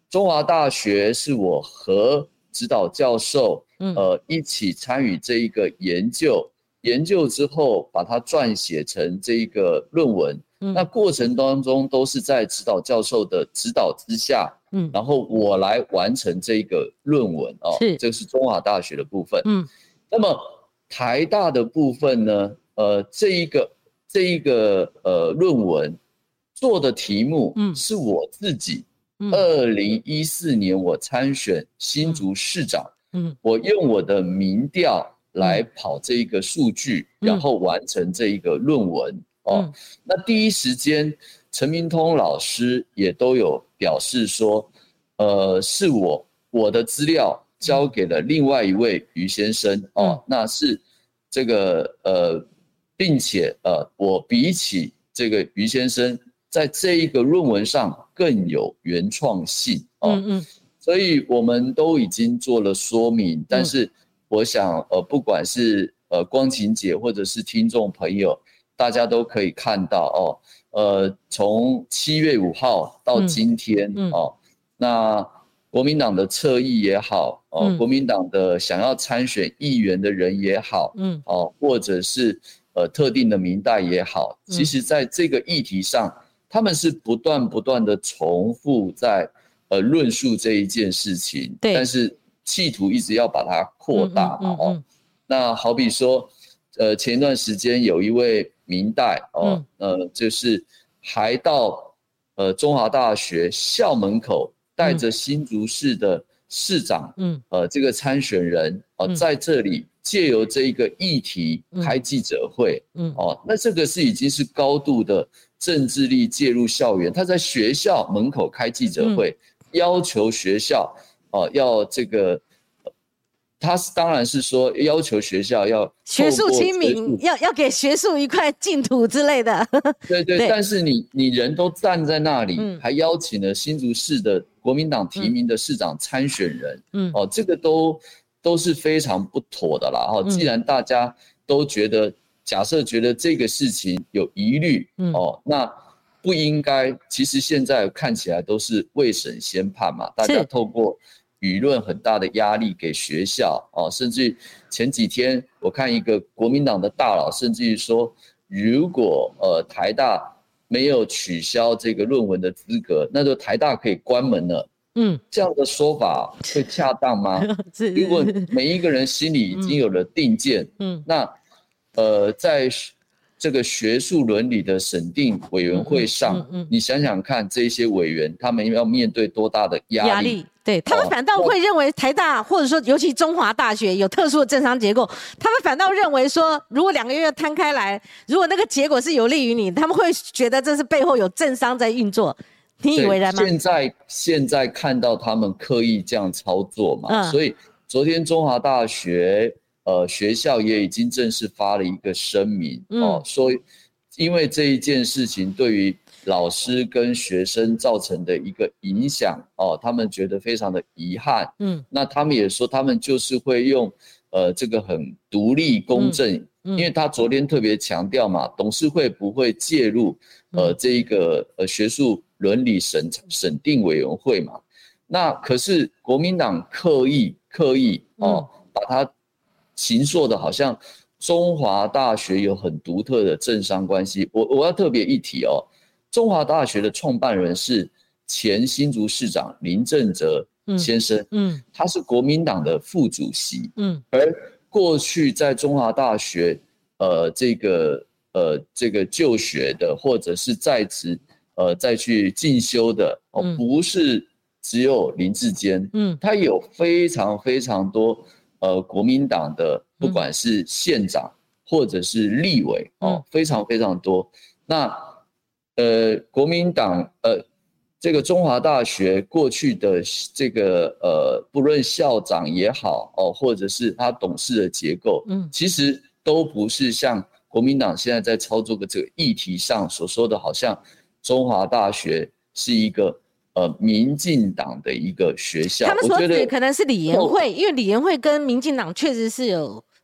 中华大学是我和指导教授，嗯、呃，一起参与这一个研究，研究之后把它撰写成这一个论文。嗯、那过程当中都是在指导教授的指导之下，嗯，然后我来完成这个论文哦，是，这是中华大学的部分。嗯，那么台大的部分呢，呃，这一个这一个呃论文做的题目，嗯，是我自己。二零一四年我参选新竹市长，嗯，我用我的民调来跑这一个数据，嗯、然后完成这一个论文哦。嗯、那第一时间，陈明通老师也都有表示说，呃，是我我的资料交给了另外一位于先生哦，嗯、那是这个呃，并且呃，我比起这个于先生。在这一个论文上更有原创性哦，嗯嗯，所以我们都已经做了说明，但是我想呃，不管是呃光晴姐或者是听众朋友，大家都可以看到哦，呃，从七月五号到今天、嗯、哦，那国民党的侧翼也好，哦，嗯、国民党的想要参选议员的人也好，嗯，哦，或者是呃特定的民代也好，其实在这个议题上。他们是不断不断的重复在呃论述这一件事情，对，但是企图一直要把它扩大嘛、嗯嗯嗯、哦。那好比说，呃，前一段时间有一位民代哦，嗯、呃，就是还到呃中华大学校门口带着新竹市的市长，嗯，呃，这个参选人哦、呃，在这里借由这一个议题开记者会，嗯，哦，那这个是已经是高度的。政治力介入校园，他在学校门口开记者会，嗯、要求学校哦、呃、要这个，他是当然是说要求学校要学术亲民，要要给学术一块净土之类的。 对 对, 对，但是你你人都站在那里，嗯、还邀请了新竹市的国民党提名的市长参选人，嗯，哦，这个都都是非常不妥的啦。哦，既然大家都觉得。假设觉得这个事情有疑虑、嗯、哦，那不应该。其实现在看起来都是未审先判嘛，大家透过舆论很大的压力给学校哦，甚至前几天我看一个国民党的大佬，甚至于说，如果呃台大没有取消这个论文的资格，那就台大可以关门了。嗯，这样的说法会恰当吗？如果每一个人心里已经有了定见，嗯，那。呃，在这个学术伦理的审定委员会上，嗯嗯嗯、你想想看，这些委员他们要面对多大的压力？压力， 对他们反倒会认为台大、哦、或者说尤其中华大学有特殊的政商结构，他们反倒认为说，如果两个月摊开来，如果那个结果是有利于你，他们会觉得这是背后有政商在运作。你以为然吗？ 现在现在看到他们刻意这样操作嘛，嗯、所以昨天中华大学。呃，学校也已经正式发了一个声明、嗯、哦，说因为这一件事情对于老师跟学生造成的一个影响哦，他们觉得非常的遗憾。嗯，那他们也说他们就是会用呃这个很独立公正、嗯嗯，因为他昨天特别强调嘛，董事会不会介入呃这一个呃学术伦理审审定委员会嘛。那可是国民党刻意刻意哦、嗯、把它形塑的好像中华大学有很独特的政商关系。我我要特别一提哦，中华大学的创办人是前新竹市长林正哲先生，嗯，嗯他是国民党的副主席，嗯，而过去在中华大学，呃，这个呃这个就学的或者是在职呃再去进修的哦，嗯、不是只有林智坚，嗯，他有非常非常多。呃，国民党的不管是县长或者是立委、嗯、哦，非常非常多。那呃，国民党呃，这个中华大学过去的这个呃，不论校长也好哦，或者是他董事的结构，嗯，其实都不是像国民党现在在操作的这个议题上所说的，好像中华大学是一个。呃，民进党的一个学校， 他们所指可能是理研会，因为理研会跟民进党确实是有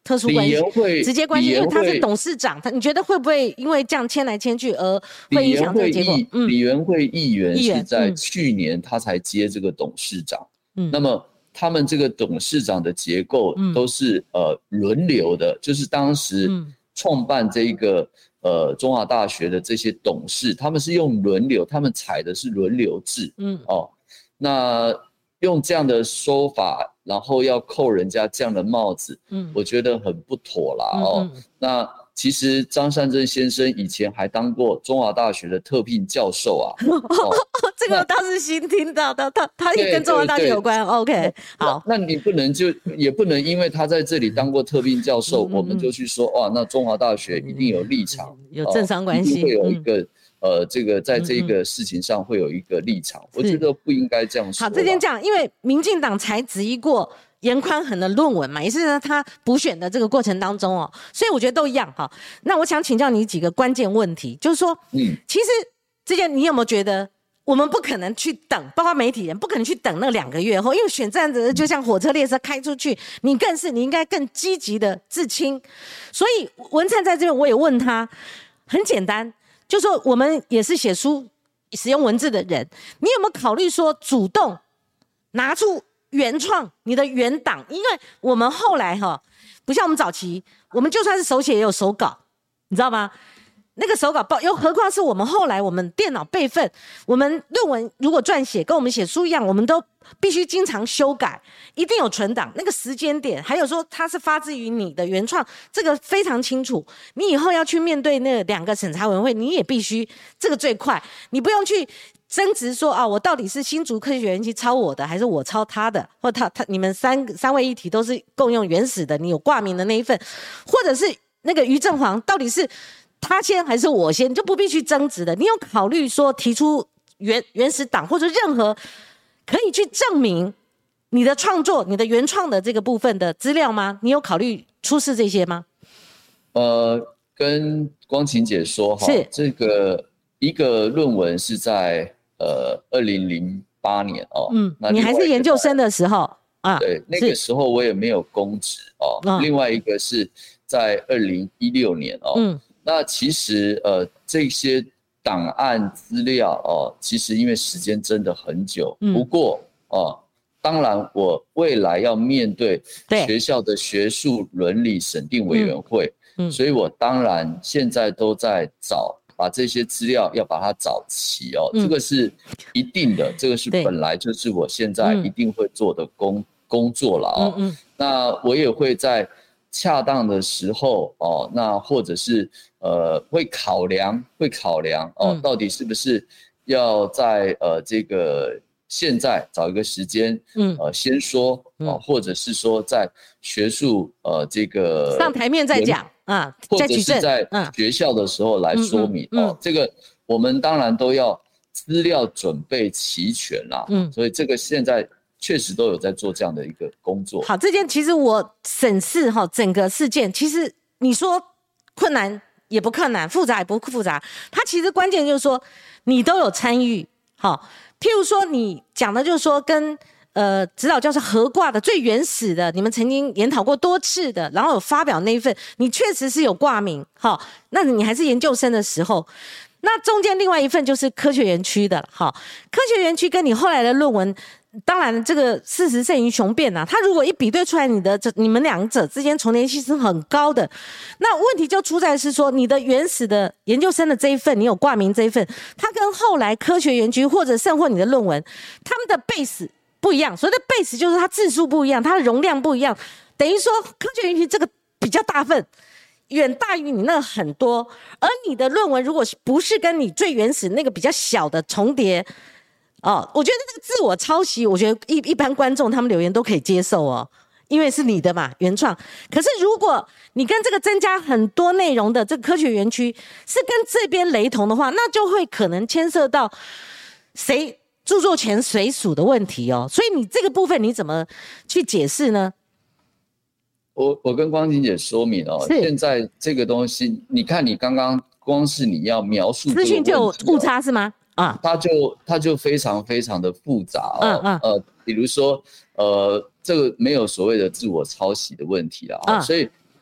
特殊关系，直接关系，因为他是董事长，他你觉得会不会因为这样迁来迁去而会影响这个结果？ 嗯，李元慧议员是在去年他才接这个董事长，嗯，那么他们这个董事长的结构都是、嗯、呃轮流的，就是当时创办这个呃中华大学的这些董事，他们是用轮流，他们采的是轮流制，嗯哦，那用这样的说法。然后要扣人家这样的帽子，嗯，我觉得很不妥啦哦。嗯嗯那其实张善政先生以前还当过中华大学的特聘教授啊，哦、 这个我倒是新听到的，他他也跟中华大学有关。OK， 好， 那你不能就也不能因为他在这里当过特聘教授，嗯嗯嗯我们就去说哇，那中华大学一定有立场， 嗯、有政商关系， 哦、一定会有一个。嗯呃，这个在这个事情上会有一个立场，嗯嗯我觉得不应该这样说。 好，这边讲，因为民进党才质疑过严宽恒的论文嘛，也是他补选的这个过程当中哦，所以我觉得都一样哈。那我想请教你几个关键问题，就是说，嗯，其实之前你有没有觉得我们不可能去等，包括媒体人不可能去等那两个月后，因为选战的就像火车列车开出去，你更是你应该更积极的自清。所以文灿在这边我也问他，很简单。就说我们也是写书使用文字的人，你有没有考虑说主动拿出原创你的原档？因为我们后来哈，不像我们早期，我们就算是手写也有手稿，你知道吗？那个手稿报，又何况是我们后来我们电脑备份，我们论文如果撰写跟我们写书一样，我们都必须经常修改，一定有存档，那个时间点，还有说它是发自于你的原创，这个非常清楚。你以后要去面对那两个审查委员会，你也必须这个最快，你不用去争执说啊，我到底是新竹科学园区抄我的，还是我抄他的，或他他你们三三位一体都是共用原始的，你有挂名的那一份，或者是那个于正煌到底是他先还是我先，你就不必去争执的。你有考虑说提出原原始档或者任何可以去证明你的创作、你的原创的这个部分的资料吗？你有考虑出示这些吗？ 呃，跟光晴姐说哈，这个一个论文是在呃二零零八年哦，嗯， 那你还是研究生的时候啊， 对，那个时候我也没有公职哦。嗯、另外一个是在二零一六年哦，嗯。那其实呃这些档案资料哦，其实因为时间真的很久，嗯、不过哦，当然我未来要面对学校的学术伦理审定委员会，嗯嗯、所以我当然现在都在找把这些资料要把它找齐哦，嗯、这个是一定的，这个是本来就是我现在一定会做的工、嗯、工作了哦。嗯嗯那我也会在恰当的时候哦，那或者是呃会考量会考量哦，嗯、到底是不是要在呃这个现在找一个时间，嗯呃先说哦，嗯、或者是说在学术呃这个上台面再讲啊， 或者是在学校的时候来说明、嗯嗯嗯、哦，这个我们当然都要资料准备齐全啦，嗯，所以这个现在。确实都有在做这样的一个工作。 好，这件其实我审视哈整个事件，其实你说困难也不困难，复杂也不复杂。它其实关键就是说你都有参与。好，譬如说你讲的就是说跟呃指导教授合挂的最原始的，你们曾经研讨过多次的，然后有发表那一份，你确实是有挂名。好，那你还是研究生的时候。那中间另外一份就是科学园区的，好，科学园区跟你后来的论文。当然，这个事实胜于雄辩啊。他如果一比对出来，你的这你们两者之间重叠性是很高的。那问题就出在是说，你的原始的研究生的这一份，你有挂名这一份，它跟后来科学园区或者甚或你的论文，他们的 base 不一样。所谓的 base 就是它字数不一样，它的容量不一样，等于说科学园区这个比较大份。远大于你那个很多，而你的论文如果不是跟你最原始那个比较小的重叠。哦，我觉得这个自我抄袭，我觉得一一般观众他们留言都可以接受哦，因为是你的嘛，原创。可是如果你跟这个增加很多内容的这个科学园区是跟这边雷同的话，那就会可能牵涉到谁著作权谁属的问题哦。所以你这个部分你怎么去解释呢？ 我我跟光晴姐说明哦，现在这个东西，你看你刚刚光是你要描述这个问题、哦、资讯就有误差是吗？啊， 它就它就非常非常的复杂哦，嗯嗯、呃，比如说呃，这个没有所谓的自我抄袭的问题啦，嗯、所以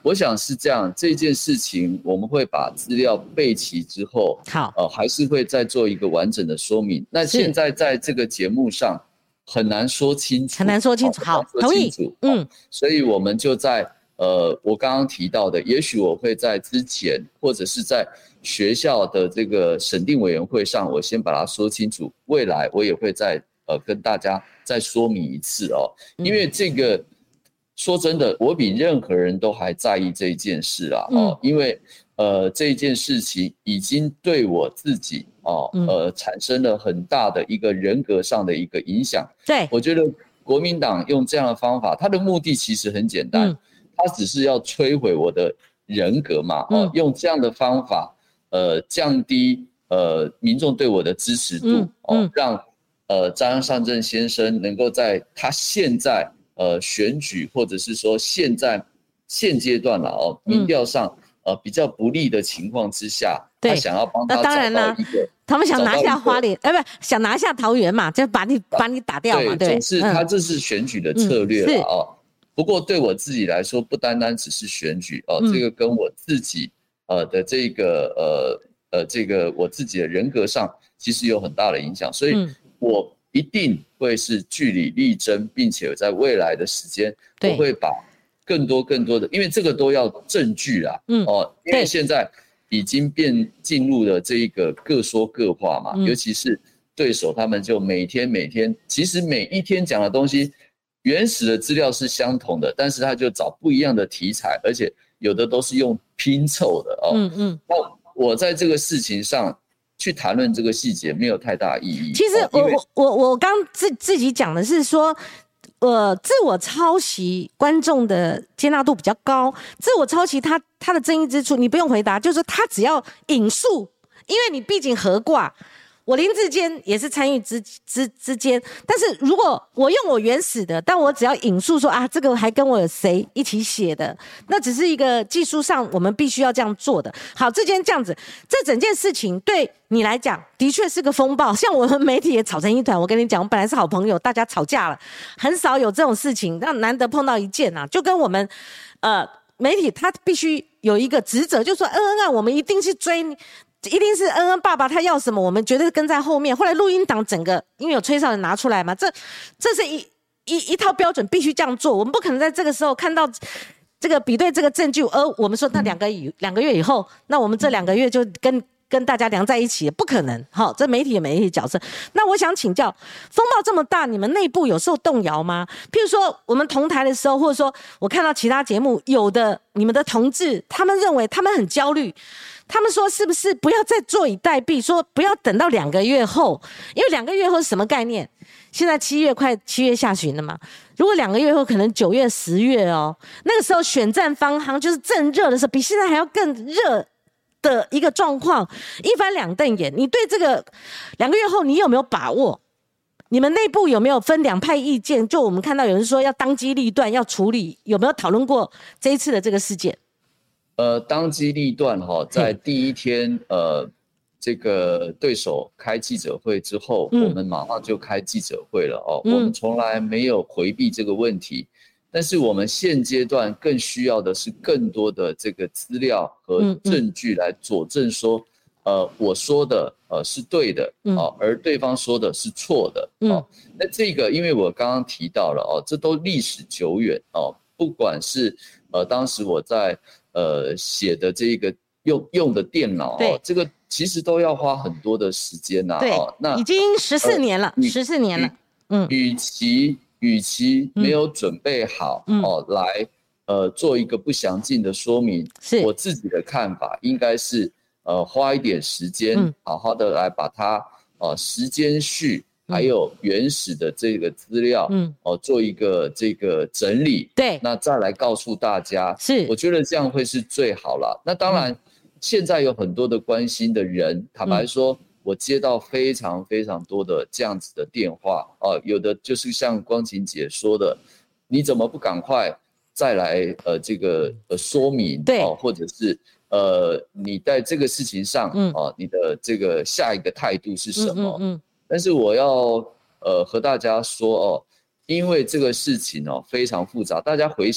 我想是这样，这件事情我们会把资料备齐之后， 好， 呃，还是会再做一个完整的说明。那现在在这个节目上很难说清楚， 很难说清楚。好，同意。 嗯，所以我们就在呃，我刚刚提到的，也许我会在之前或者是在学校的这个审定委员会上，我先把它说清楚。未来我也会再呃跟大家再说明一次哦，因为这个。说真的，我比任何人都还在意这一件事啊！哦，因为呃这一件事情已经对我自己哦呃产生了很大的一个人格上的一个影响。 对， 我觉得国民党用这样的方法，它的目的其实很简单，嗯、它只是要摧毁我的人格嘛！哦，嗯、用这样的方法，呃，降低呃民众对我的支持度，嗯嗯、哦，让呃张善政先生能够在他现在。呃，选举或者是说现在现阶段了哦，民调上、嗯、呃比较不利的情况之下，他想要帮他找到一个， 他们想拿下花莲，哎，不，想拿下桃园嘛，就把你把你打掉嘛，对， 对，就是他这是选举的策略了哦。嗯、不过对我自己来说，不单单只是选举哦，嗯、这个跟我自己呃的这个呃呃这个我自己的人格上，其实有很大的影响，所以我。嗯一定会是据理力争，并且在未来的时间，我会把更多更多的，因为这个都要证据啦，嗯，哦，因为现在已经变进入了这一个各说各话嘛，嗯、尤其是对手他们就每天每天，其实每一天讲的东西，原始的资料是相同的，但是他就找不一样的题材，而且有的都是用拼凑的哦，嗯嗯，那我在这个事情上。去谈论这个细节没有太大意义。 其实我、哦、我我我刚自自己讲的是说，呃，自我抄袭观众的接纳度比较高，自我抄袭它它的争议之处，你不用回答，就是他只要引述，因为你毕竟合挂。我林智坚也是参与之之之间，但是如果我用我原始的，但我只要引述说啊，这个还跟我有谁一起写的，那只是一个技术上我们必须要这样做的。好，这件这样子，这整件事情对你来讲的确是个风暴，像我们媒体也吵成一团。我跟你讲，我本来是好朋友，大家吵架了，很少有这种事情，但难得碰到一件啊，就跟我们呃媒体他必须有一个职责，就是说恩恩啊，我们一定是追。一定是恩恩爸爸他要什么，我们绝对跟在后面。后来录音档整个因为有吹哨人拿出来嘛，这这是一一一套标准，必须这样做。我们不可能在这个时候看到这个比对这个证据，而我们说那两个以两个月以后，那我们这两个月就跟跟大家量在一起，不可能。好，这媒体有媒体角色。那我想请教，风暴这么大，你们内部有受动摇吗？譬如说我们同台的时候，或者说我看到其他节目，有的你们的同志，他们认为他们很焦虑。他们说是不是不要再坐以待毙，说不要等到两个月后，因为两个月后是什么概念？现在七月快七月下旬了嘛，如果两个月后可能九月十月哦，那个时候选战方行就是正热的时候，比现在还要更热的一个状况，一翻两瞪眼。你对这个两个月后你有没有把握？你们内部有没有分两派意见？就我们看到有人说要当机立断要处理，有没有讨论过这一次的这个事件？ 呃，当机立断哈，在第一天呃，这个对手开记者会之后，嗯、我们马上就开记者会了哦。嗯、我们从来没有回避这个问题，但是我们现阶段更需要的是更多的这个资料和证据来佐证说，嗯、呃，我说的呃是对的哦，而对方说的是错的哦。嗯、那这个，因为我刚刚提到了哦，这都历史久远哦，不管是呃当时我在。呃，写的这个用用的电脑哦，这个其实都要花很多的时间呐、啊。 对，哦、那已经十四年了，十四、呃、年了。嗯， 与其与其没有准备好、嗯、哦，来呃做一个不详尽的说明，是我自己的看法，应该是呃花一点时间，嗯、好好的来把它呃时间序。还有原始的这个资料，嗯，哦，做一个这个整理， 对， 那再来告诉大家， 是， 我觉得这样会是最好了。那当然，嗯、现在有很多的关心的人，坦白说，嗯、我接到非常非常多的这样子的电话，哦，有的就是像光晴姐说的，你怎么不赶快再来呃这个呃说明， 对， 哦，或者是呃你在这个事情上，嗯，哦，你的这个下一个态度是什么？嗯。嗯嗯但是我要呃和大家说哦，因为这个事情哦非常复杂，大家回想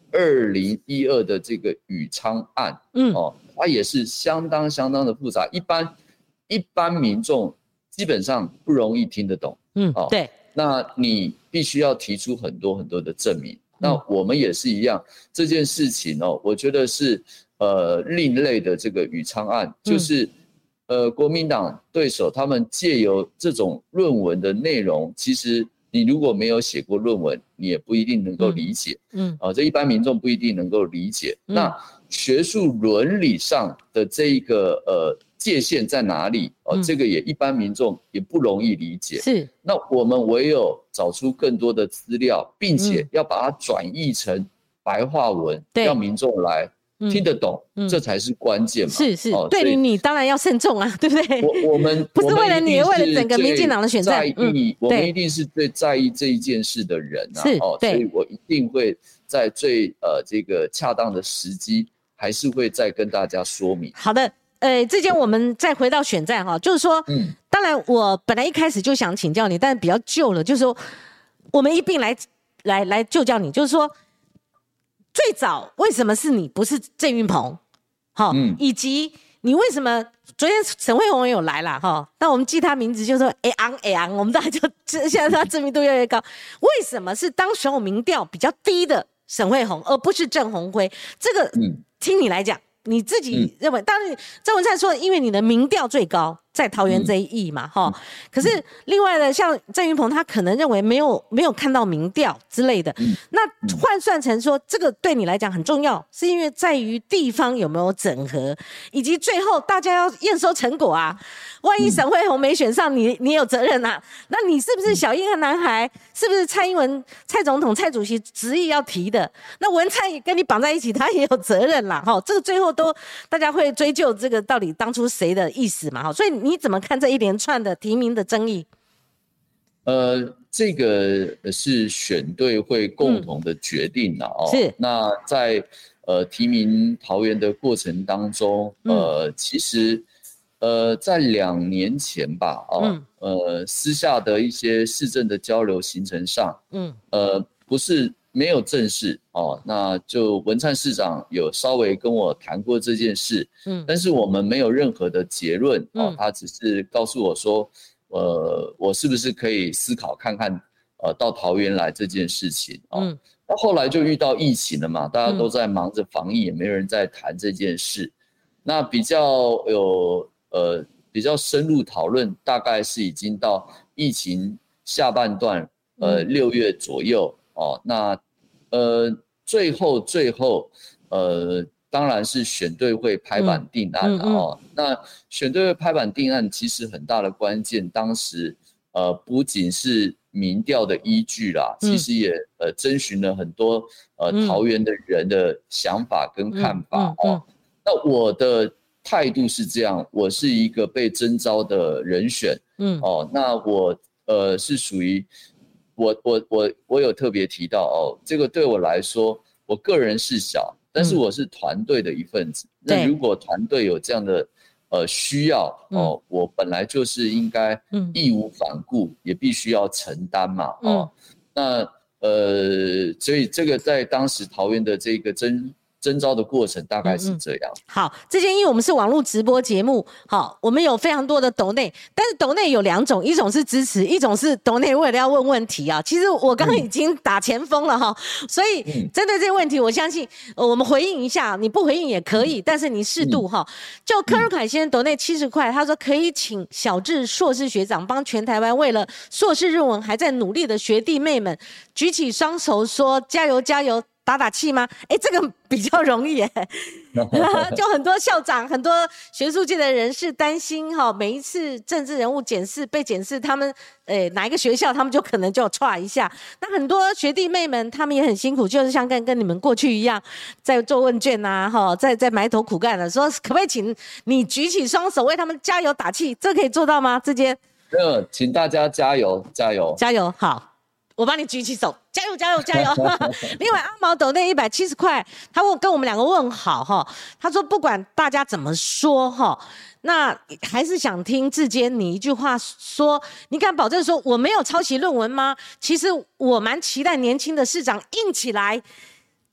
二零一二的这个宇昌案，嗯，哦，它也是相当相当的复杂，一般一般民众基本上不容易听得懂， 嗯，哦，对， 那你必须要提出很多很多的证明。那我们也是一样，这件事情哦，我觉得是呃另类的这个宇昌案，就是呃国民党对手他们借由这种论文的内容，其实你如果没有写过论文，你也不一定能够理解，嗯，啊、呃，这一般民众不一定能够理解。嗯、那学术伦理上的这一个呃界限在哪里？哦、呃，嗯、这个也一般民众也不容易理解。 是， 那我们唯有找出更多的资料，并且要把它转译成白话文，嗯、让民众来听得懂，嗯、这才是关键嘛。 是是，哦、对你你当然要慎重啊，对不对？ 我我们不是为了你，为了整个民进党的选战， 嗯、我们一定是最在意这一件事的人啊。 是， 哦，所以我一定会在最呃这个恰当的时机，还是会再跟大家说明。 好的。呃，这件我们再回到选战哈，就是说，嗯，当然我本来一开始就想请教你，但是比较旧了，就是说，我们一并来来来就教你，就是说，最早为什么是你不是郑运鹏，好，嗯，以及你为什么昨天沈慧虹也有来了哈，那我们记他名字就是说哎昂哎昂，我们大家就现在他知名度越来越高，为什么是当选后民调比较低的沈慧虹，而不是郑鸿辉？这个，嗯，听你来讲。你自己认为，嗯、当然郑文灿说，因为你的民调最高，在桃园这一役嘛，哈、嗯。可是另外的，像郑运鹏，他可能认为没有没有看到民调之类的。嗯、那换算成说，这个对你来讲很重要，是因为在于地方有没有整合，以及最后大家要验收成果啊。万一沈慧虹没选上，你你有责任啊？那你是不是小英和男孩？是不是蔡英文、蔡总统、蔡主席执意要提的？那文灿也跟你绑在一起，他也有责任啦，哈。这个最后都大家会追究这个到底当初谁的意思嘛，哈。所以你怎么看这一连串的提名的争议？ 呃，这个是选对会共同的决定啦，哦。 是。 那在呃提名桃园的过程当中，呃，嗯、其实。呃，在两年前吧，哦，嗯、呃，私下的一些市政的交流行程上，嗯，呃，不是没有正式哦，那就文灿市长有稍微跟我谈过这件事，嗯，但是我们没有任何的结论，哦，嗯、他只是告诉我说，呃，我是不是可以思考看看，呃，到桃园来这件事情，哦，嗯，那后来就遇到疫情了嘛，大家都在忙着防疫，也没人在谈这件事，那比较有。呃，比较深入讨论，大概是已经到疫情下半段，呃，六月左右哦。那呃，最后最后，呃，当然是选对会拍板定案了哦。嗯嗯嗯、那选对会拍板定案，其实很大的关键，当时呃，不仅是民调的依据啦，嗯、其实也呃征询了很多呃桃园的人的想法跟看法、嗯嗯嗯、哦。那我的。态度是这样，我是一个被征召的人选，嗯，哦，那我呃是属于我我我我有特别提到哦，这个对我来说，我个人是小，但是我是团队的一份子。嗯、那如果团队有这样的呃需要哦，嗯、我本来就是应该义无反顾，嗯、也必须要承担嘛，哦，嗯、那呃，所以这个在当时桃园的这个征。征召的过程大概是这样。嗯嗯好，这件因为我们是网络直播节目，好，我们有非常多的抖内，但是抖内有两种，一种是支持，一种是抖内为了要问问题啊。其实我刚刚已经打前锋了哈，嗯、所以针对这个问题，我相信、呃、我们回应一下，你不回应也可以，但是你适度哈。就柯润凯先生抖内七十块，他说可以请小智硕士学长帮全台湾为了硕士论文还在努力的学弟妹们举起双手说加油加油。打打气吗？哎，这个比较容易耶，就很多校长、很多学术界的人士担心哈，每一次政治人物检视被检视，他们诶哪一个学校，他们就可能就唰一下。那很多学弟妹们，他们也很辛苦，就是像跟跟你们过去一样，在做问卷啊，哈，在在埋头苦干的，说可不可以请你举起双手为他们加油打气？这可以做到吗？之间？ 嗯，请大家加油，加油， 加油，好。我帮你举起手，加油加油加油！另外阿毛抖内一百七十块，他问跟我们两个问好哈，他说不管大家怎么说哈，那还是想听志坚你一句话说，你敢保证说我没有抄袭论文吗？其实我蛮期待年轻的市长硬起来，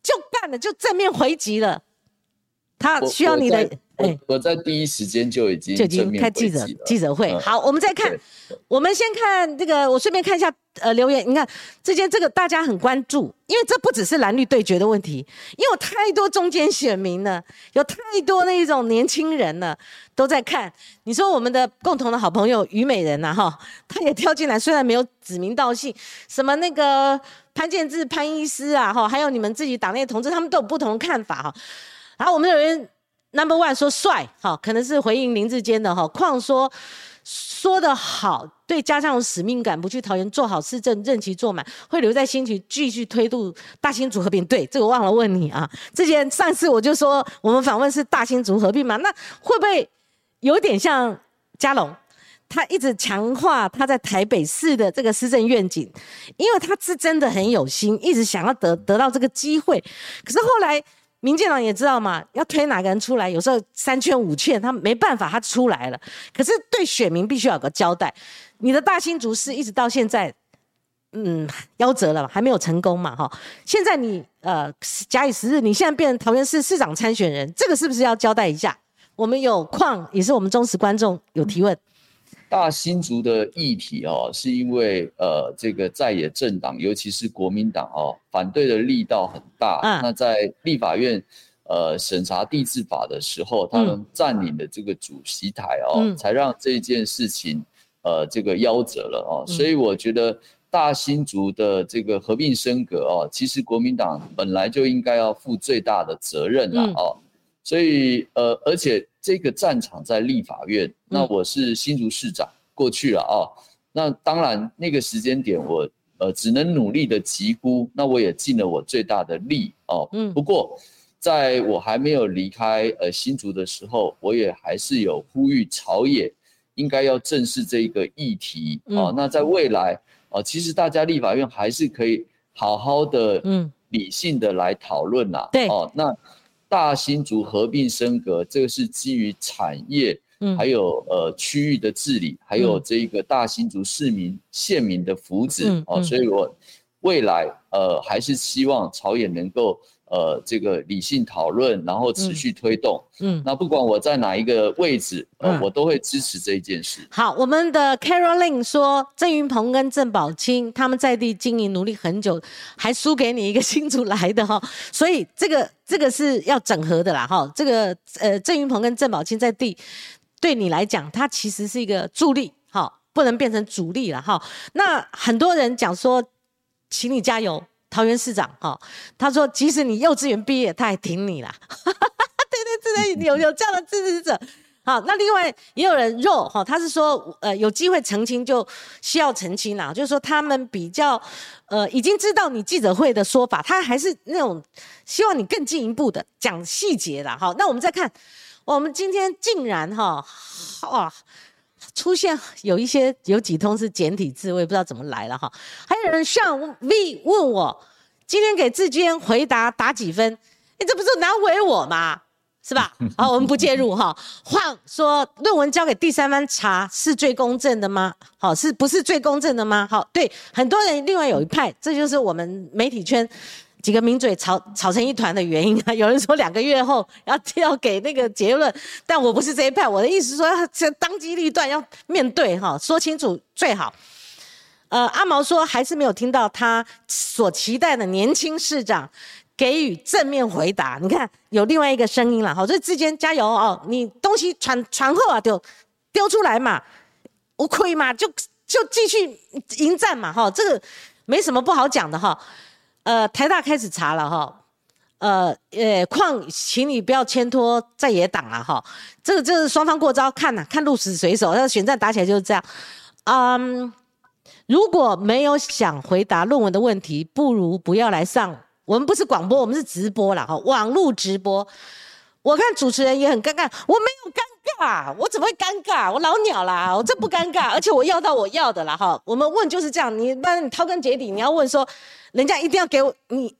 就干了，就正面回击了。他需要你的， 我, 我, 我在第一时间就已经就已经开记者记者会。好，我们再看，我们先看这个，我顺便看一下呃留言。你看这件这个大家很关注，因为这不只是蓝绿对决的问题，因为有太多中间选民了，有太多那种年轻人了都在看。你说我们的共同的好朋友虞美人呐、啊，哈，他也跳进来，虽然没有指名道姓，什么那个潘建志潘医师啊，哈，还有你们自己党内同志，他们都有不同的看法哈。然后我们有人 number one 说帅，好，可能是回应林智坚的哈。况说说得好，对家乡有使命感，不去桃园做好市政，任期做满，会留在新局继续推动大新竹合并。对，这个忘了问你啊。之前上次我就说我们访问是大新竹合并嘛，那会不会有点像嘉龙？他一直强化他在台北市的这个施政愿景，因为他是真的很有心，一直想要得得到这个机会。可是后来民进党也知道嘛，要推哪个人出来，有时候三劝五劝，他没办法，他出来了。可是对选民必须要有个交代。你的大新竹市一直到现在，嗯，夭折了，还没有成功嘛，哈。现在你呃，假以时日，你现在变成桃园市市长参选人，这个是不是要交代一下？我们有矿，也是我们忠实观众有提问。 大新竹的议题哦，是因为呃，这个在野政党，尤其是国民党哦，反对的力道很大。嗯、那在立法院呃审查地治法的时候，他们占领了这个主席台哦，嗯、才让这件事情呃这个夭折了哦。嗯、所以我觉得大新竹的这个合并升格哦，其实国民党本来就应该要负最大的责任啦、嗯、哦。所以呃，而且这个战场在立法院，那我是新竹市长过去了啊、哦，那当然那个时间点我呃只能努力的疾呼，那我也尽了我最大的力哦。嗯，不过在我还没有离开呃新竹的时候，我也还是有呼吁朝野应该要正视这个议题啊、哦。那在未来啊、哦，其实大家立法院还是可以好好的、嗯，理性的来讨论啦。对哦，那。大新竹合并升格，这个是基于产业，嗯、还有呃区域的治理，还有这个大新竹市民县民的福祉、嗯哦、所以我未来呃还是希望朝野能够呃这个理性讨论，然后持续推动。嗯，那不管我在哪一个位置，呃嗯、我都会支持这一件事。 好，我们的 Caroline 说，郑云鹏跟郑宝清他们在地经营努力很久，还输给你一个新竹来的哈，所以这个这个是要整合的啦哈。这个呃郑云鹏跟郑宝清在地对你来讲，他其实是一个助力哈，不能变成主力了哈。那很多人讲说，请你加油。桃园市长哈，他说即使你幼稚园毕业，他还挺你啦。对对对，有有这样的支持者。好，那另外也有人肉哈，他是说呃有机会澄清就需要澄清啦，就是说他们比较呃已经知道你记者会的说法，他还是那种希望你更进一步的讲细节啦。好，那我们再看，我们今天竟然哈哇。出现有一些有几通是简体字，我也不知道怎么来了哈。还有人像 V 问我，今天给志坚回答打几分？你这不是难为我吗？是吧？好，我们不介入哈。换说论文交给第三方查是最公正的吗？好，是不是最公正的吗？好，对，很多人另外有一派，这就是我们媒体圈。几个名嘴吵吵成一团的原因啊，有人说两个月后要要给那个结论，但我不是这一派，我的意思是说要当机立断，要面对哈，说清楚最好。呃，阿毛说还是没有听到他所期待的年轻市长给予正面回答。你看有另外一个声音了，好，所以之间加油哦，你东西传传后啊，丢丢出来嘛，无亏嘛，就就继续迎战嘛，哈，这个没什么不好讲的哈。呃，台大开始查了哈，呃呃，况请你不要牵拖在野党了哈，这个就是双方过招，看呐、啊，看鹿死谁手，那选战打起来就是这样。嗯，如果没有想回答论文的问题，不如不要来上，我们不是广播，我们是直播啦哈，网络直播。我看主持人也很尴尬，我没有尴尬，我怎么会尴尬？我老鸟啦，我这不尴尬，而且我要到我要的啦哈。我们问就是这样，你不然你掏根结底，你要问说。人家一定要给我你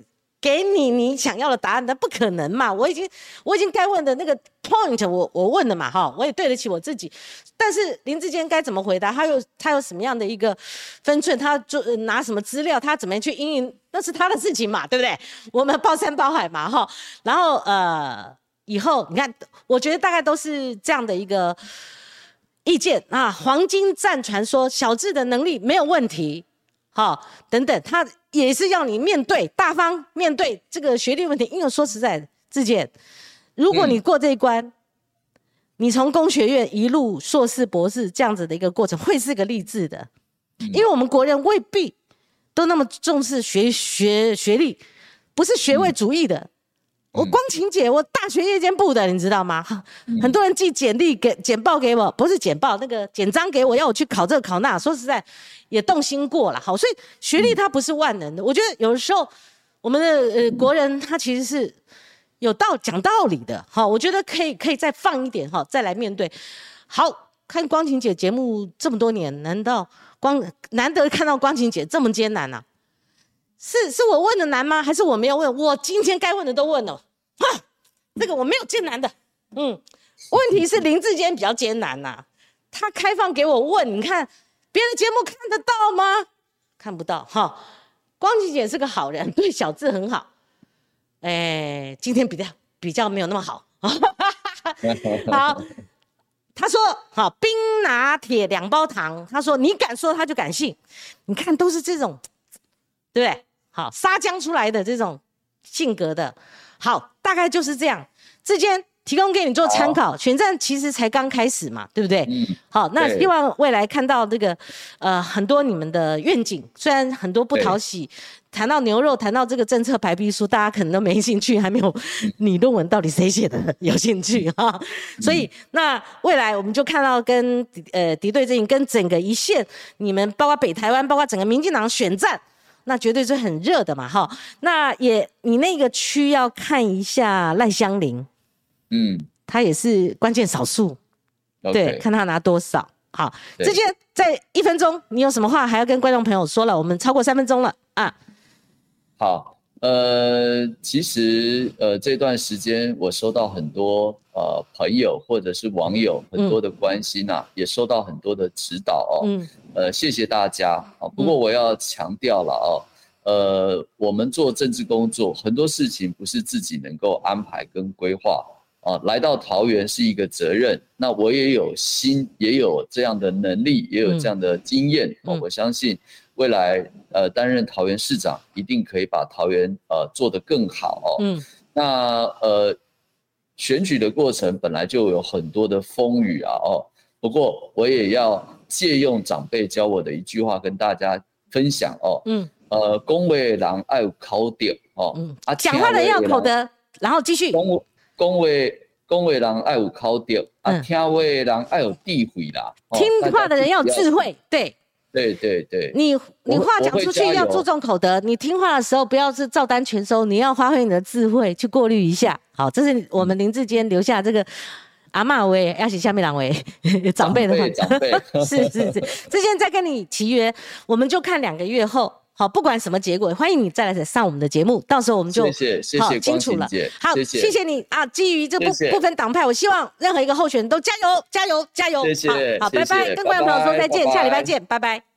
给你你想要的答案，那不可能嘛！我已经我已经该问的那个 point 我我问了嘛，哈，我也对得起我自己。但是林智坚该怎么回答？他有他有什么样的一个分寸？他就、呃、拿什么资料？他怎么去因应？那是他的事情嘛，对不对？我们包山包海嘛，哈。然后呃，以后你看，我觉得大概都是这样的一个意见啊。黄金战传说小智的能力没有问题，好，等等，他也是要你面对大方面对这个学历问题。因为说实在，智坚，如果你过这一关。嗯，你从工学院一路硕士博士这样子的一个过程，会是个励志的，因为我们国人未必都那么重视学学学历，不是学位主义的。嗯、我光晴姐，我大学夜间部的，你知道吗？嗯、很多人寄简历给简报给我，不是简报，那个简章给我，要我去考这个考那。说实在，也动心过了。好，所以学历它不是万能的。我觉得有的时候我们的呃国人他其实是。有道讲道理的，好，我觉得可以可以再放一点哈，再来面对。好，看光晴姐节目这么多年，难道光难得看到光晴姐这么艰难啊？是是我问的难吗？还是我没有问？我今天该问的都问了，哈，这个我没有艰难的，嗯，问题是林智坚比较艰难呐、啊，他开放给我问，你看别的节目看得到吗？看不到哈。光晴姐是个好人，对小智很好。哎，今天比较比较没有那么好。好，他说好冰拿铁两包糖，他说你敢说他就敢信，你看都是这种，对不对？好，撒浆出来的这种性格的，好，大概就是这样。之间提供给你做参考，选战其实才刚开始嘛，对不对？嗯、好，那希望未来看到这个呃很多你们的愿景，虽然很多不讨喜。谈到牛肉，谈到这个政策白皮书，大家可能都没兴趣，还没有你论文到底谁写的有兴趣哈、啊。所以那未来我们就看到跟呃敌对阵营跟整个一线，你们包括北台湾，包括整个民进党选战，那绝对是很热的嘛哈。那也你那个区要看一下赖香伶，嗯，他也是关键少数， okay. 对，看他拿多少。好，之前在一分钟，你有什么话还要跟观众朋友说了？我们超过三分钟了啊。 好，呃，其实呃这段时间我收到很多呃朋友或者是网友很多的关心啊，嗯、也收到很多的指导哦，嗯、呃谢谢大家啊。不过我要强调了哦，呃我们做政治工作很多事情不是自己能够安排跟规划啊，来到桃园是一个责任，那我也有心，也有这样的能力，也有这样的经验，嗯哦、我相信。未来呃担任桃园市长，一定可以把桃园呃做得更好哦。嗯，那呃选举的过程本来就有很多的风雨啊哦。不过我也要借用长辈教我的一句话跟大家分享哦。嗯，呃，讲话的人要有口德哦。嗯，啊， 讲话的要有口德，然后继续。 讲话讲话讲话的人要有口德，啊，听话的人要有智慧啦。 听话的人要有智慧，对。 对对对， 你你话讲出去要注重口德，你听话的时候不要是照单全收，你要发挥你的智慧去过滤一下。好，这是我们林智坚留下这个阿嬷为，要写下面两位长辈的话， 长辈是是是，之前再跟你契约，我们就看两个月后。好，不管什么结果，欢迎你再来上我们的节目，到时候我们就谢谢谢谢清楚了。好， 谢谢谢谢你啊！基于这不不分党派，我希望任何一个候选人都加油加油加油！ 谢谢， 好，好，拜拜，跟观众朋友说再见，下礼拜见，拜拜。